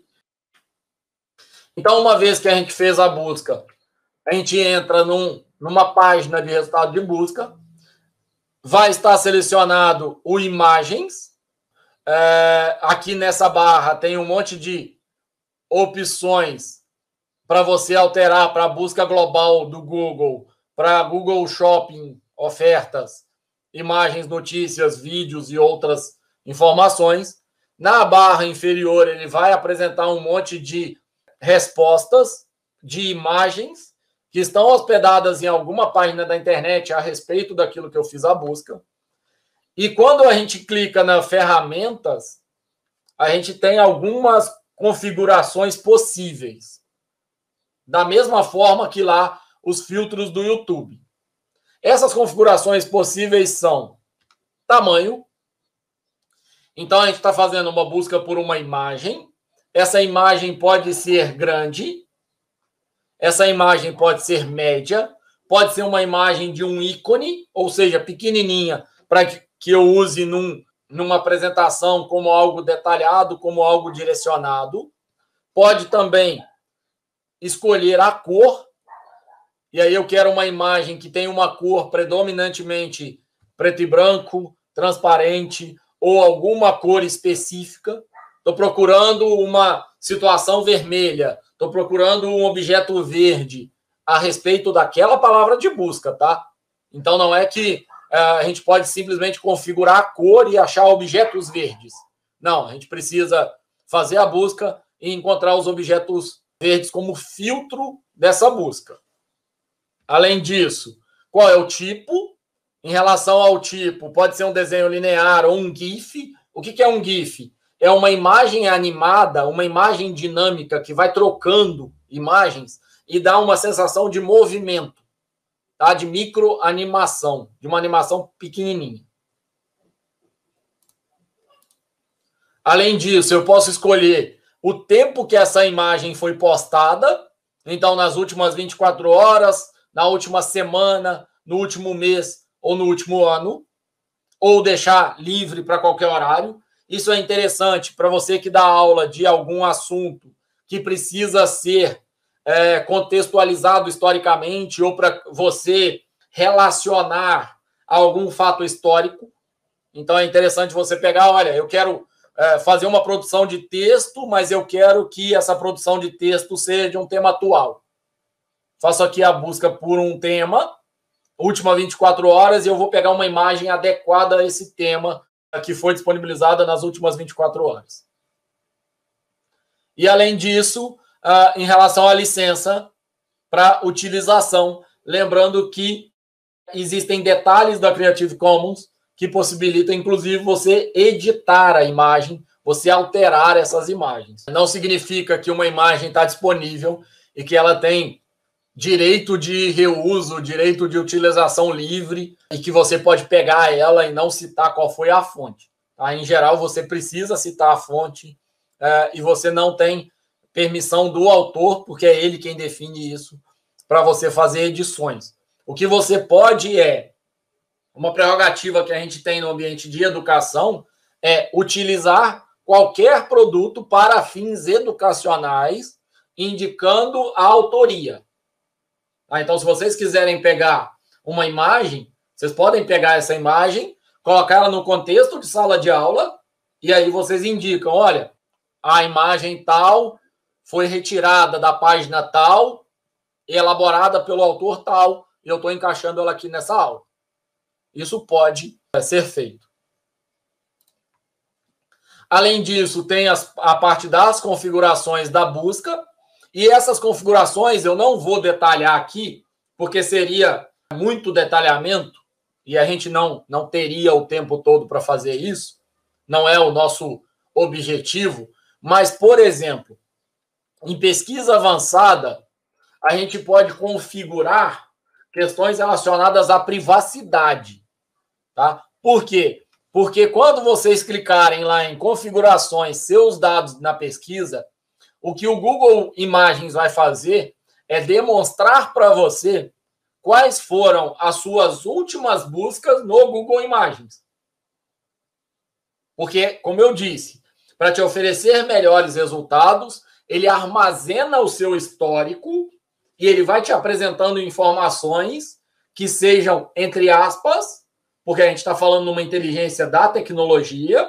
Então, uma vez que a gente fez a busca, a gente entra num, numa página de resultado de busca, vai estar selecionado o imagens. É, aqui nessa barra tem um monte de opções para você alterar para a busca global do Google, para Google Shopping, ofertas, imagens, notícias, vídeos e outras informações. Na barra inferior, ele vai apresentar um monte de respostas de imagens que estão hospedadas em alguma página da internet a respeito daquilo que eu fiz a busca. E quando a gente clica na ferramentas, a gente tem algumas configurações possíveis. Da mesma forma que lá os filtros do YouTube. Essas configurações possíveis são tamanho. Então, a gente está fazendo uma busca por uma imagem. Essa imagem pode ser grande. Essa imagem pode ser média. Pode ser uma imagem de um ícone, ou seja, pequenininha, para que eu use num, numa apresentação como algo detalhado, como algo direcionado. Pode também escolher a cor. E aí eu quero uma imagem que tem uma cor predominantemente preto e branco, transparente, ou alguma cor específica. Estou procurando uma situação vermelha. Estou procurando um objeto verde a respeito daquela palavra de busca, tá? Então não é que uh, a gente pode simplesmente configurar a cor e achar objetos verdes. Não, a gente precisa fazer a busca e encontrar os objetos verdes como filtro dessa busca. Além disso, qual é o tipo? Em relação ao tipo, pode ser um desenho linear ou um GIF. O que é um GIF? É uma imagem animada, uma imagem dinâmica que vai trocando imagens e dá uma sensação de movimento, tá? De microanimação, de uma animação pequenininha. Além disso, eu posso escolher o tempo que essa imagem foi postada. Então, nas últimas vinte e quatro horas, na última semana, no último mês ou no último ano. ou deixar livre para qualquer horário. Isso é interessante para você que dá aula de algum assunto que precisa ser é, contextualizado historicamente, ou para você relacionar algum fato histórico. Então é interessante você pegar, olha, eu quero é, fazer uma produção de texto, mas eu quero que essa produção de texto seja de um tema atual. Faço aqui a busca por um tema, última vinte e quatro horas, e eu vou pegar uma imagem adequada a esse tema que foi disponibilizada nas últimas vinte e quatro horas. E, além disso, em relação à licença para utilização, lembrando que existem detalhes da Creative Commons que possibilitam, inclusive, você editar a imagem, você alterar essas imagens. Não significa que uma imagem está disponível e que ela tem direito de reuso, direito de utilização livre, e que você pode pegar ela e não citar qual foi a fonte. Tá? Em geral, você precisa citar a fonte é, e você não tem permissão do autor, porque é ele quem define isso, para você fazer edições. O que você pode é, uma prerrogativa que a gente tem no ambiente de educação, é utilizar qualquer produto para fins educacionais, indicando a autoria. Ah, então, se vocês quiserem pegar uma imagem, vocês podem pegar essa imagem, colocar ela no contexto de sala de aula, e aí vocês indicam, olha, a imagem tal foi retirada da página tal, elaborada pelo autor tal, e eu estou encaixando ela aqui nessa aula. Isso pode ser feito. Além disso, tem as, a parte das configurações da busca. E essas configurações eu não vou detalhar aqui, porque seria muito detalhamento e a gente não, não teria o tempo todo para fazer isso. Não é o nosso objetivo. Mas, por exemplo, em pesquisa avançada, a gente pode configurar questões relacionadas à privacidade. Tá? Por quê? Porque quando vocês clicarem lá em configurações, seus dados na pesquisa, o que o Google Imagens vai fazer é demonstrar para você quais foram as suas últimas buscas no Google Imagens. Porque, como eu disse, para te oferecer melhores resultados, ele armazena o seu histórico e ele vai te apresentando informações que sejam, entre aspas, porque a gente está falando numa inteligência da tecnologia,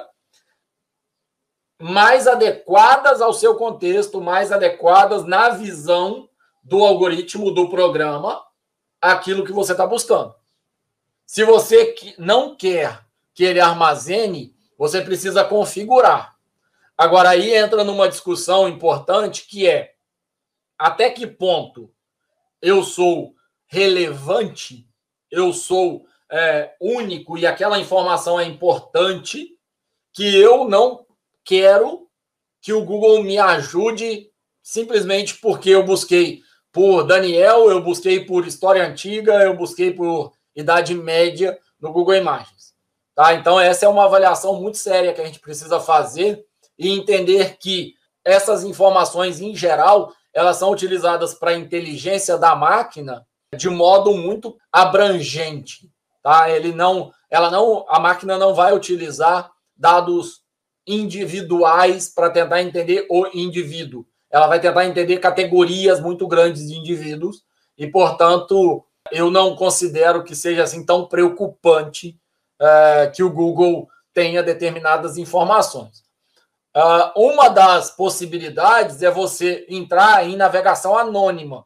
mais adequadas ao seu contexto, mais adequadas na visão do algoritmo do programa, aquilo que você está buscando. Se você não quer que ele armazene, você precisa configurar. Agora, aí entra numa discussão importante, que é até que ponto eu sou relevante, eu sou é, único e aquela informação é importante, que eu não quero que o Google me ajude simplesmente porque eu busquei por Daniel, eu busquei por história antiga, eu busquei por idade média no Google Imagens. Tá? Então, essa é uma avaliação muito séria que a gente precisa fazer e entender que essas informações, em geral, elas são utilizadas para a inteligência da máquina de modo muito abrangente. Tá? Ele não, ela não, a máquina não vai utilizar dados individuais para tentar entender o indivíduo. Ela vai tentar entender categorias muito grandes de indivíduos e, portanto, eu não considero que seja assim tão preocupante é, que o Google tenha determinadas informações. Uh, uma das possibilidades é você entrar em navegação anônima.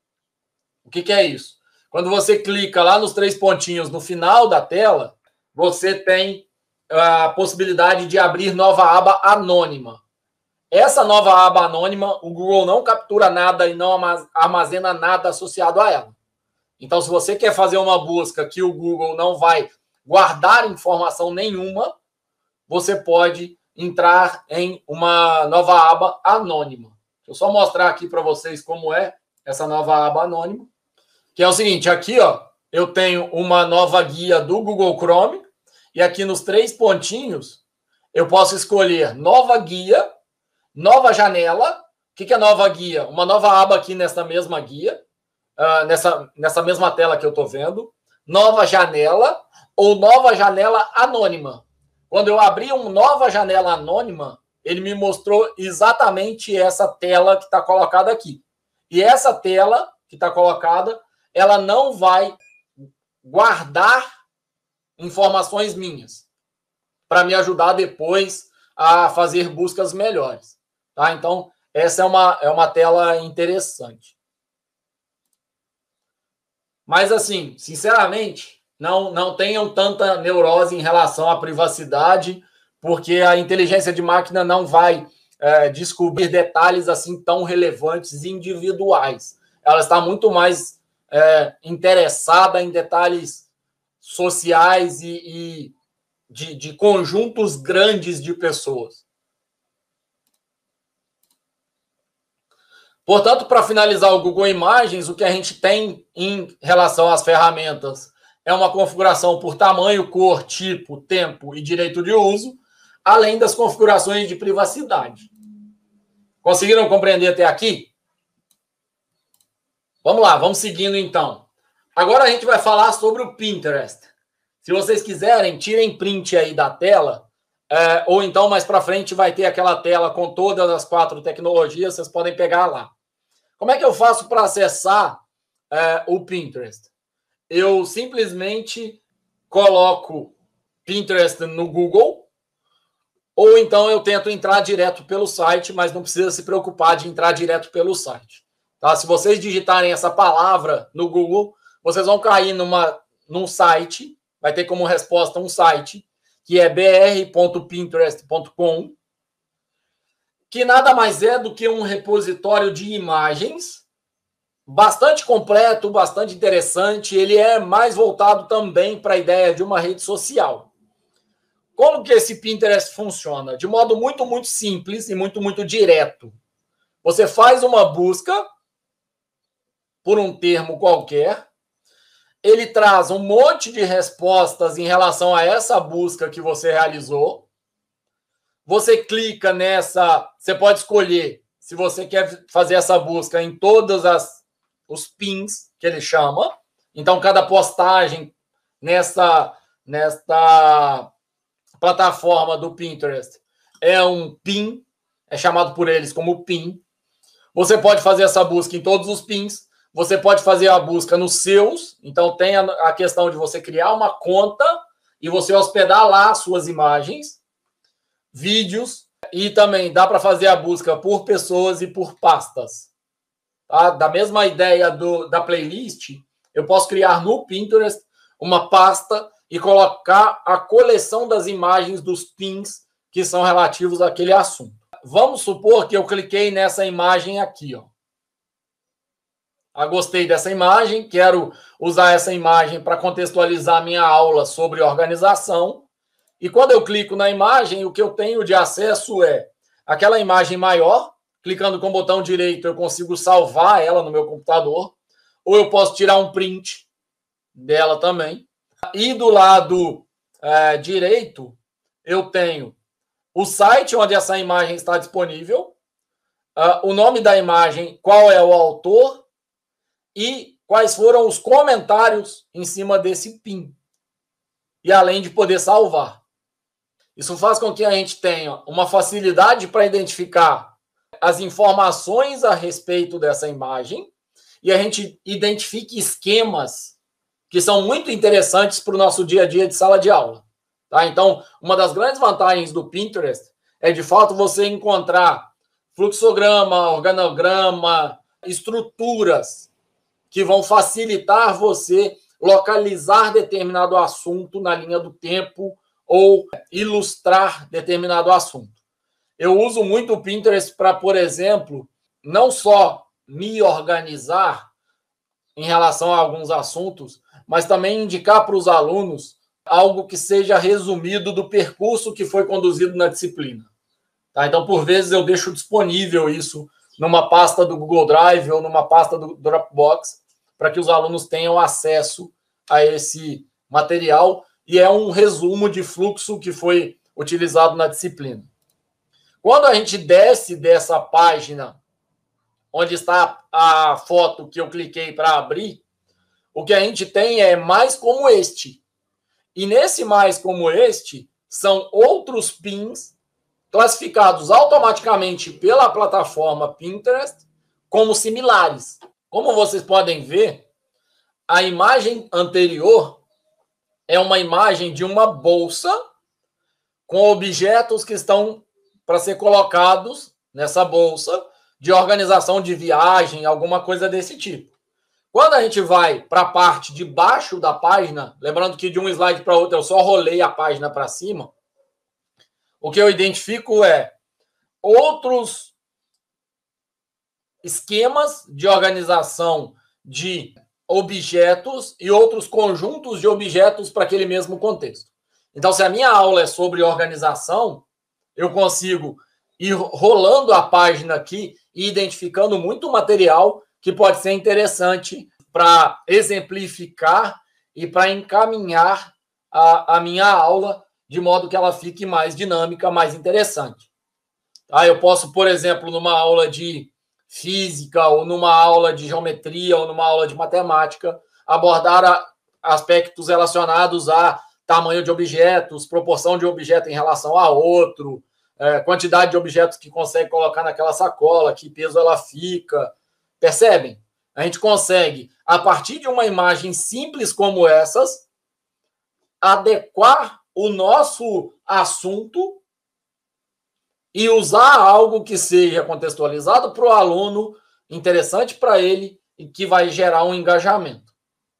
O que, que é isso? Quando você clica lá nos três pontinhos no final da tela, você tem a possibilidade de abrir nova aba anônima. Essa nova aba anônima, o Google não captura nada e não armazena nada associado a ela. Então, se você quer fazer uma busca que o Google não vai guardar informação nenhuma, você pode entrar em uma nova aba anônima. Deixa eu só mostrar aqui para vocês como é essa nova aba anônima. Que é o seguinte, aqui ó, eu tenho uma nova guia do Google Chrome, e aqui nos três pontinhos, eu posso escolher nova guia, nova janela. O que é nova guia? Uma nova aba aqui nessa mesma guia, uh, nessa, nessa mesma tela que eu estou vendo. nova janela ou nova janela anônima. Quando eu abri uma nova janela anônima, ele me mostrou exatamente essa tela que está colocada aqui. E essa tela que está colocada, ela não vai guardar informações minhas para me ajudar depois a fazer buscas melhores. Tá? Então, essa é uma, é uma tela interessante. Mas, assim, sinceramente, não, não tenham tanta neurose em relação à privacidade, porque a inteligência de máquina não vai é, descobrir detalhes assim tão relevantes e individuais. Ela está muito mais é, interessada em detalhes sociais e, e de, de conjuntos grandes de pessoas. Portanto, para finalizar o Google Imagens, o que a gente tem em relação às ferramentas é uma configuração por tamanho, cor, tipo, tempo e direito de uso, além das configurações de privacidade. Conseguiram compreender até aqui? Vamos lá, vamos seguindo então. Agora a gente vai falar sobre o Pinterest. Se vocês quiserem, tirem print aí da tela, é, ou então mais para frente vai ter aquela tela com todas as quatro tecnologias, vocês podem pegar lá. Como é que eu faço para acessar é, o Pinterest? Eu simplesmente coloco Pinterest no Google, ou então eu tento entrar direto pelo site, mas não precisa se preocupar de entrar direto pelo site. Tá? Se vocês digitarem essa palavra no Google, vocês vão cair numa, num site, vai ter como resposta um site, que é b r ponto pinterest ponto com, que nada mais é do que um repositório de imagens, bastante completo, bastante interessante. Ele é mais voltado também para a ideia de uma rede social. Como que esse Pinterest funciona? De modo muito, muito simples e muito, muito direto. Você faz uma busca por um termo qualquer, ele traz um monte de respostas em relação a essa busca que você realizou. Você clica nessa, você pode escolher se você quer fazer essa busca em todas as os pins que ele chama. Então, cada postagem nessa, nessa plataforma do Pinterest é um pin, é chamado por eles como pin. Você pode fazer essa busca em todos os pins. Você pode fazer a busca nos seus. Então, tem a, a questão de você criar uma conta e você hospedar lá suas imagens, vídeos, e também dá para fazer a busca por pessoas e por pastas. Tá? Da mesma ideia do, da playlist, eu posso criar no Pinterest uma pasta e colocar a coleção das imagens dos pins que são relativos àquele assunto. Vamos supor que eu cliquei nessa imagem aqui, ó. Ah, gostei dessa imagem, quero usar essa imagem para contextualizar minha aula sobre organização. E quando eu clico na imagem, o que eu tenho de acesso é aquela imagem maior. Clicando com o botão direito, eu consigo salvar ela no meu computador. Ou eu posso tirar um print dela também. E do lado é, direito, eu tenho o site onde essa imagem está disponível, uh, o nome da imagem, qual é o autor e quais foram os comentários em cima desse pin. E além de poder salvar. Isso faz com que a gente tenha uma facilidade para identificar as informações a respeito dessa imagem e a gente identifique esquemas que são muito interessantes para o nosso dia a dia de sala de aula. Tá? Então, uma das grandes vantagens do Pinterest é, de fato, você encontrar fluxograma, organograma, estruturas que vão facilitar você localizar determinado assunto na linha do tempo ou ilustrar determinado assunto. Eu uso muito o Pinterest para, por exemplo, não só me organizar em relação a alguns assuntos, mas também indicar para os alunos algo que seja resumido do percurso que foi conduzido na disciplina. Tá? Então, por vezes, eu deixo disponível isso numa pasta do Google Drive ou numa pasta do Dropbox, para que os alunos tenham acesso a esse material, e é um resumo de fluxo que foi utilizado na disciplina. Quando a gente desce dessa página, onde está a foto que eu cliquei para abrir, o que a gente tem é mais como este. E nesse mais como este, são outros pins classificados automaticamente pela plataforma Pinterest como similares. Como vocês podem ver, a imagem anterior é uma imagem de uma bolsa com objetos que estão para ser colocados nessa bolsa de organização de viagem, alguma coisa desse tipo. Quando a gente vai para a parte de baixo da página, lembrando que de um slide para outro eu só rolei a página para cima, o que eu identifico é outros esquemas de organização de objetos e outros conjuntos de objetos para aquele mesmo contexto. Então, se a minha aula é sobre organização, eu consigo ir rolando a página aqui e identificando muito material que pode ser interessante para exemplificar e para encaminhar a, a minha aula de modo que ela fique mais dinâmica, mais interessante. Tá? Eu posso, por exemplo, numa aula de física, ou numa aula de geometria, ou numa aula de matemática, abordar a, aspectos relacionados a tamanho de objetos, proporção de objeto em relação a outro, é, quantidade de objetos que consegue colocar naquela sacola, que peso ela fica. Percebem? A gente consegue, a partir de uma imagem simples como essas, adequar o nosso assunto e usar algo que seja contextualizado para o aluno, interessante para ele e que vai gerar um engajamento.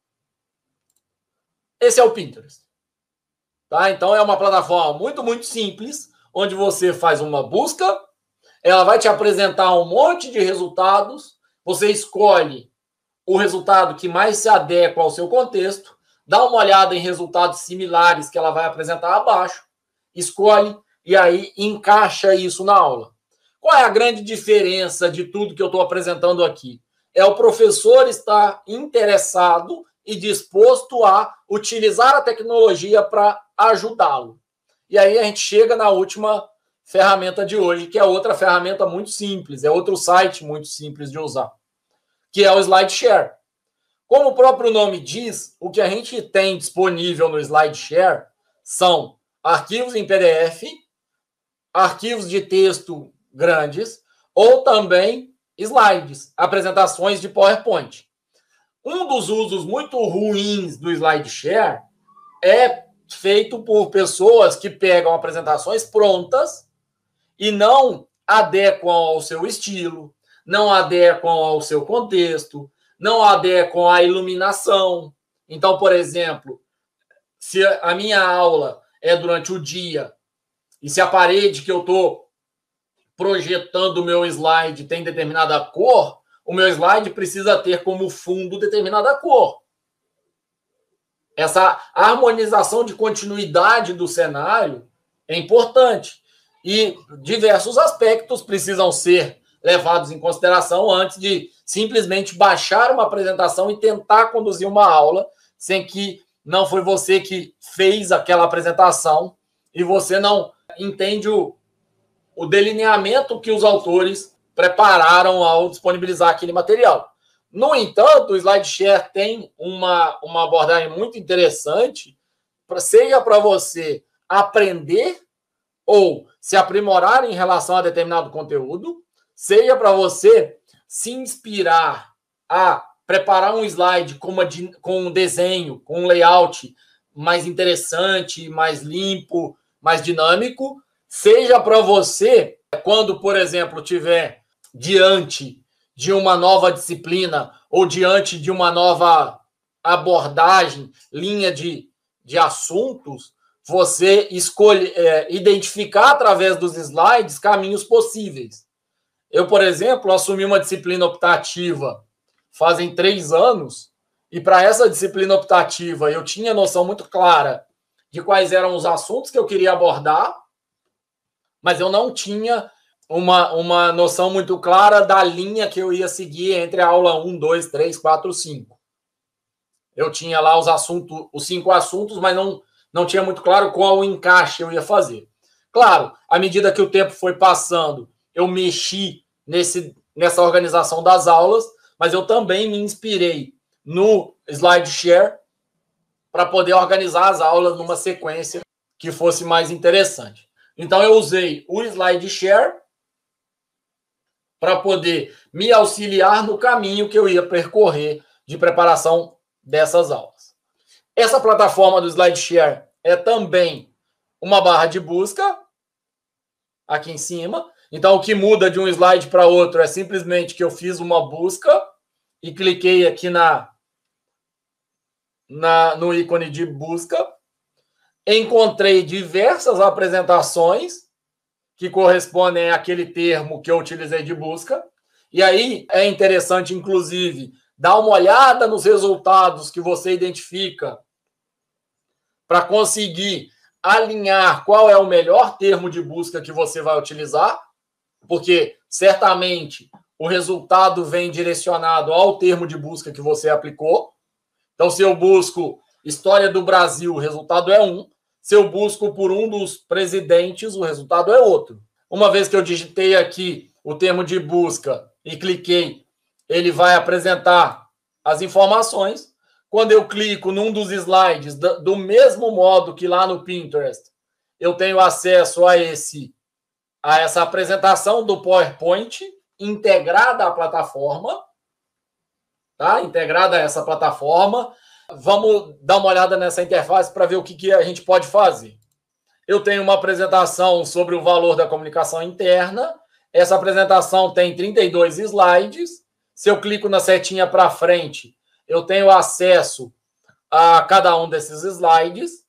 Esse é o Pinterest. Tá? Então, é uma plataforma muito, muito simples, onde você faz uma busca, ela vai te apresentar um monte de resultados, você escolhe o resultado que mais se adequa ao seu contexto, dá uma olhada em resultados similares que ela vai apresentar abaixo, escolhe e aí encaixa isso na aula. Qual é a grande diferença de tudo que eu estou apresentando aqui? É o professor estar interessado e disposto a utilizar a tecnologia para ajudá-lo. E aí a gente chega na última ferramenta de hoje, que é outra ferramenta muito simples, é outro site muito simples de usar, que é o SlideShare. Como o próprio nome diz, o que a gente tem disponível no SlideShare são arquivos em P D F, arquivos de texto grandes, ou também slides, apresentações de PowerPoint. Um dos usos muito ruins do SlideShare é feito por pessoas que pegam apresentações prontas e não adequam ao seu estilo, não adequam ao seu contexto, não adequam à iluminação. Então, por exemplo, se a minha aula é durante o dia e se a parede que eu estou projetando o meu slide tem determinada cor, o meu slide precisa ter como fundo determinada cor. Essa harmonização de continuidade do cenário é importante. E diversos aspectos precisam ser levados em consideração antes de simplesmente baixar uma apresentação e tentar conduzir uma aula sem que não foi você que fez aquela apresentação e você não entende o, o delineamento que os autores prepararam ao disponibilizar aquele material. No entanto, o SlideShare tem uma, uma abordagem muito interessante, seja para você aprender ou se aprimorar em relação a determinado conteúdo, seja para você se inspirar a preparar um slide com, uma, com um desenho, com um layout mais interessante, mais limpo, mais dinâmico, seja para você, quando, por exemplo, tiver diante de uma nova disciplina ou diante de uma nova abordagem, linha de, de assuntos, você escolhe, é, identificar através dos slides caminhos possíveis. Eu, por exemplo, assumi uma disciplina optativa fazem três anos, e para essa disciplina optativa eu tinha noção muito clara de quais eram os assuntos que eu queria abordar, mas eu não tinha uma, uma noção muito clara da linha que eu ia seguir entre a aula um, dois, três, quatro, cinco. Eu tinha lá os assuntos, os cinco assuntos, mas não, não tinha muito claro qual o encaixe eu ia fazer. Claro, à medida que o tempo foi passando, eu mexi nesse, nessa organização das aulas, mas eu também me inspirei no SlideShare para poder organizar as aulas numa sequência que fosse mais interessante. Então, eu usei o SlideShare para poder me auxiliar no caminho que eu ia percorrer de preparação dessas aulas. Essa plataforma do SlideShare é também uma barra de busca aqui em cima. Então, o que muda de um slide para outro é simplesmente que eu fiz uma busca e cliquei aqui na, na, no ícone de busca. Encontrei diversas apresentações que correspondem àquele termo que eu utilizei de busca. E aí é interessante, inclusive, dar uma olhada nos resultados que você identifica para conseguir alinhar qual é o melhor termo de busca que você vai utilizar, porque certamente o resultado vem direcionado ao termo de busca que você aplicou. Então, se eu busco História do Brasil, o resultado é um. Se eu busco por um dos presidentes, o resultado é outro. Uma vez que eu digitei aqui o termo de busca e cliquei, ele vai apresentar as informações. Quando eu clico num dos slides, do mesmo modo que lá no Pinterest, eu tenho acesso a, esse, a essa apresentação do PowerPoint integrada à plataforma. Tá? Integrada a essa plataforma. Vamos dar uma olhada nessa interface para ver o que, que a gente pode fazer. Eu tenho uma apresentação sobre o valor da comunicação interna. Essa apresentação tem trinta e dois slides. Se eu clico na setinha para frente, eu tenho acesso a cada um desses slides.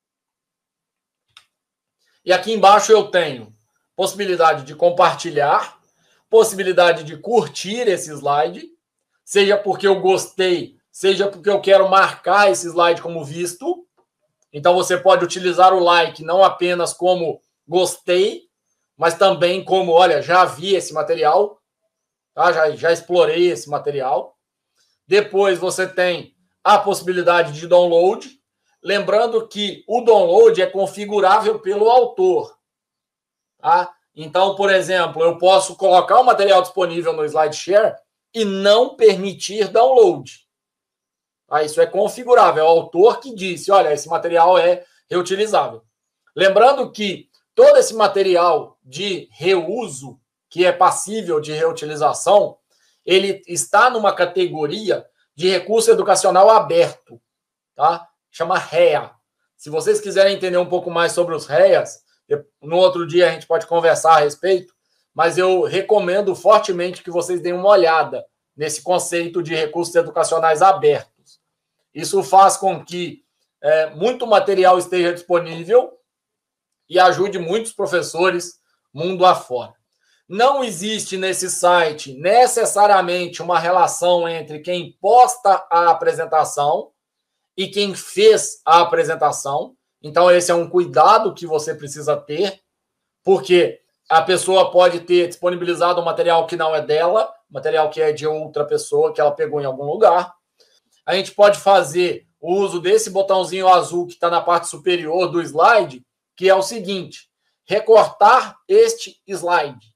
E aqui embaixo eu tenho possibilidade de compartilhar, possibilidade de curtir esse slide, seja porque eu gostei, seja porque eu quero marcar esse slide como visto. Então, você pode utilizar o like não apenas como gostei, mas também como, olha, já vi esse material, tá? já, já explorei esse material. Depois, você tem a possibilidade de download. Lembrando que o download é configurável pelo autor. Tá? Então, por exemplo, eu posso colocar o material disponível no SlideShare e não permitir download. Ah, isso é configurável, é o autor que disse, olha, esse material é reutilizável. Lembrando que todo esse material de reuso, que é passível de reutilização, ele está numa categoria de recurso educacional aberto, tá? Chama R E A. Se vocês quiserem entender um pouco mais sobre os R E As, no outro dia a gente pode conversar a respeito, mas eu recomendo fortemente que vocês deem uma olhada nesse conceito de recursos educacionais abertos. Isso faz com que é, muito material esteja disponível e ajude muitos professores mundo afora. Não existe nesse site necessariamente uma relação entre quem posta a apresentação e quem fez a apresentação. Então, esse é um cuidado que você precisa ter, porque a pessoa pode ter disponibilizado um material que não é dela, material que é de outra pessoa, que ela pegou em algum lugar. A gente pode fazer o uso desse botãozinho azul que está na parte superior do slide, que é o seguinte: recortar este slide.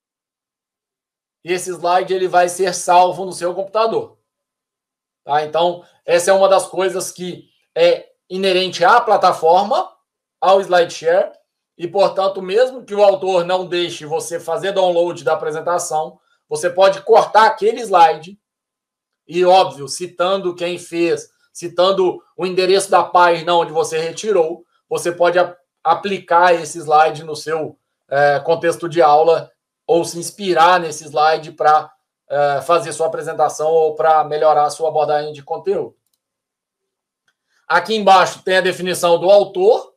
E esse slide ele vai ser salvo no seu computador. Tá? Então, essa é uma das coisas que é inerente à plataforma, ao SlideShare, e, portanto, mesmo que o autor não deixe você fazer download da apresentação, você pode cortar aquele slide e, óbvio, citando quem fez, citando o endereço da página onde você retirou, você pode a- aplicar esse slide no seu é, contexto de aula ou se inspirar nesse slide para é, fazer sua apresentação ou para melhorar a sua abordagem de conteúdo. Aqui embaixo tem a definição do autor.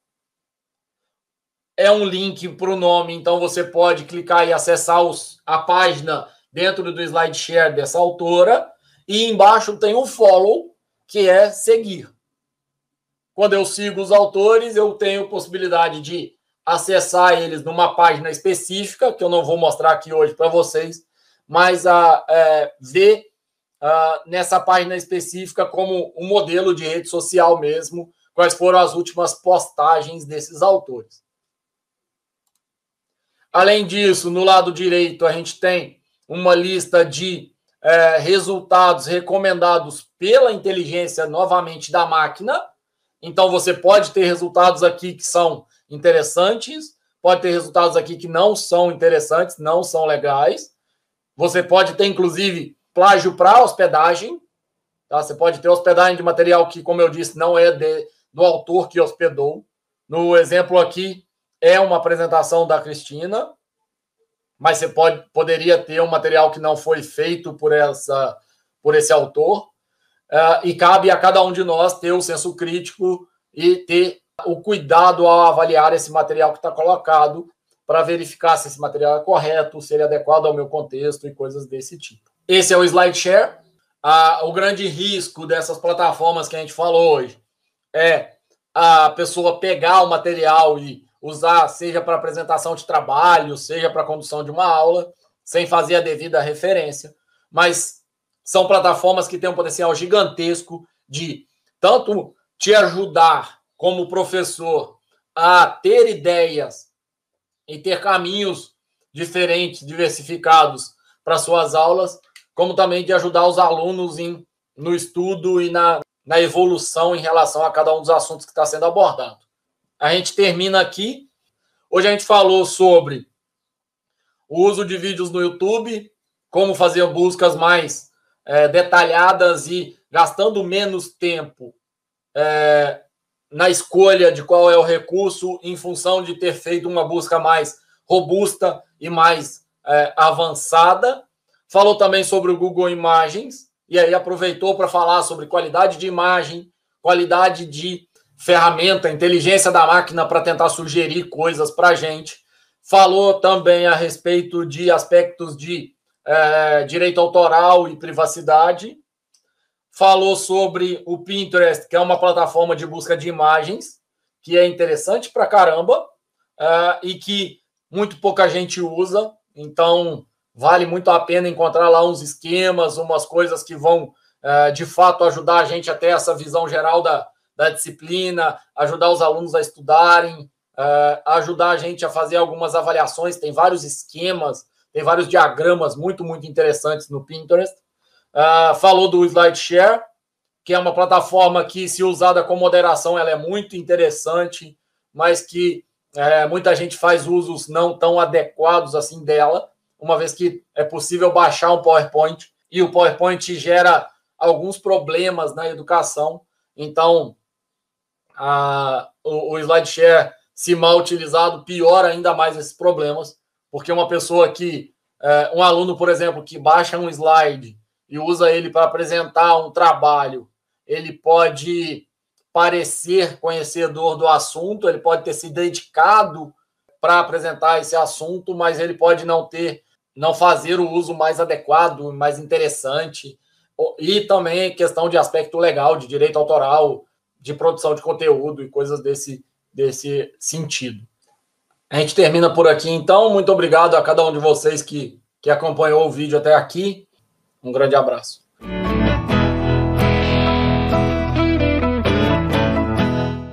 É um link para o nome, então você pode clicar e acessar os, a página dentro do SlideShare dessa autora. E embaixo tem o follow, que é seguir. Quando eu sigo os autores, eu tenho possibilidade de acessar eles numa página específica, que eu não vou mostrar aqui hoje para vocês, mas a, é, ver a, nessa página específica como um modelo de rede social mesmo, quais foram as últimas postagens desses autores. Além disso, no lado direito, a gente tem uma lista de é, resultados recomendados pela inteligência, novamente, da máquina. Então, você pode ter resultados aqui que são interessantes, pode ter resultados aqui que não são interessantes, não são legais. Você pode ter, inclusive, plágio para hospedagem. Tá? Você pode ter hospedagem de material que, como eu disse, não é de, do autor que hospedou. No exemplo aqui, é uma apresentação da Cristina, mas você pode, poderia ter um material que não foi feito por, essa, por esse autor. Uh, e cabe a cada um de nós ter o senso crítico e ter o cuidado ao avaliar esse material que está colocado para verificar se esse material é correto, se ele é adequado ao meu contexto e coisas desse tipo. Esse é o SlideShare. Uh, o grande risco dessas plataformas que a gente falou hoje é a pessoa pegar o material e usar, seja para apresentação de trabalho, seja para condução de uma aula, sem fazer a devida referência. Mas são plataformas que têm um potencial gigantesco de tanto te ajudar como professor a ter ideias e ter caminhos diferentes, diversificados para suas aulas, como também de ajudar os alunos em, no estudo e na, na evolução em relação a cada um dos assuntos que está sendo abordado. A gente termina aqui. Hoje a gente falou sobre o uso de vídeos no YouTube, como fazer buscas mais É, detalhadas e gastando menos tempo é, na escolha de qual é o recurso em função de ter feito uma busca mais robusta e mais é, avançada. Falou também sobre o Google Imagens e aí aproveitou para falar sobre qualidade de imagem, qualidade de ferramenta, inteligência da máquina para tentar sugerir coisas para a gente. Falou também a respeito de aspectos de É, direito autoral e privacidade. Falou sobre o Pinterest, que é uma plataforma de busca de imagens, que é interessante pra caramba, é, e que muito pouca gente usa, então vale muito a pena encontrar lá uns esquemas, umas coisas que vão, é, de fato, ajudar a gente a ter essa visão geral da, da disciplina, ajudar os alunos a estudarem, é, ajudar a gente a fazer algumas avaliações, tem vários esquemas, tem vários diagramas muito, muito interessantes no Pinterest. Uh, falou do SlideShare, que é uma plataforma que, se usada com moderação, ela é muito interessante, mas que é, muita gente faz usos não tão adequados assim dela, uma vez que é possível baixar um PowerPoint e o PowerPoint gera alguns problemas na educação. Então, uh, o, o SlideShare, se mal utilizado, piora ainda mais esses problemas, porque uma pessoa que, um aluno, por exemplo, que baixa um slide e usa ele para apresentar um trabalho, ele pode parecer conhecedor do assunto, ele pode ter se dedicado para apresentar esse assunto, mas ele pode não ter, não fazer o uso mais adequado, mais interessante. E também questão de aspecto legal, de direito autoral, de produção de conteúdo e coisas desse, desse sentido. A gente termina por aqui, então. Muito obrigado a cada um de vocês que, que acompanhou o vídeo até aqui. Um grande abraço.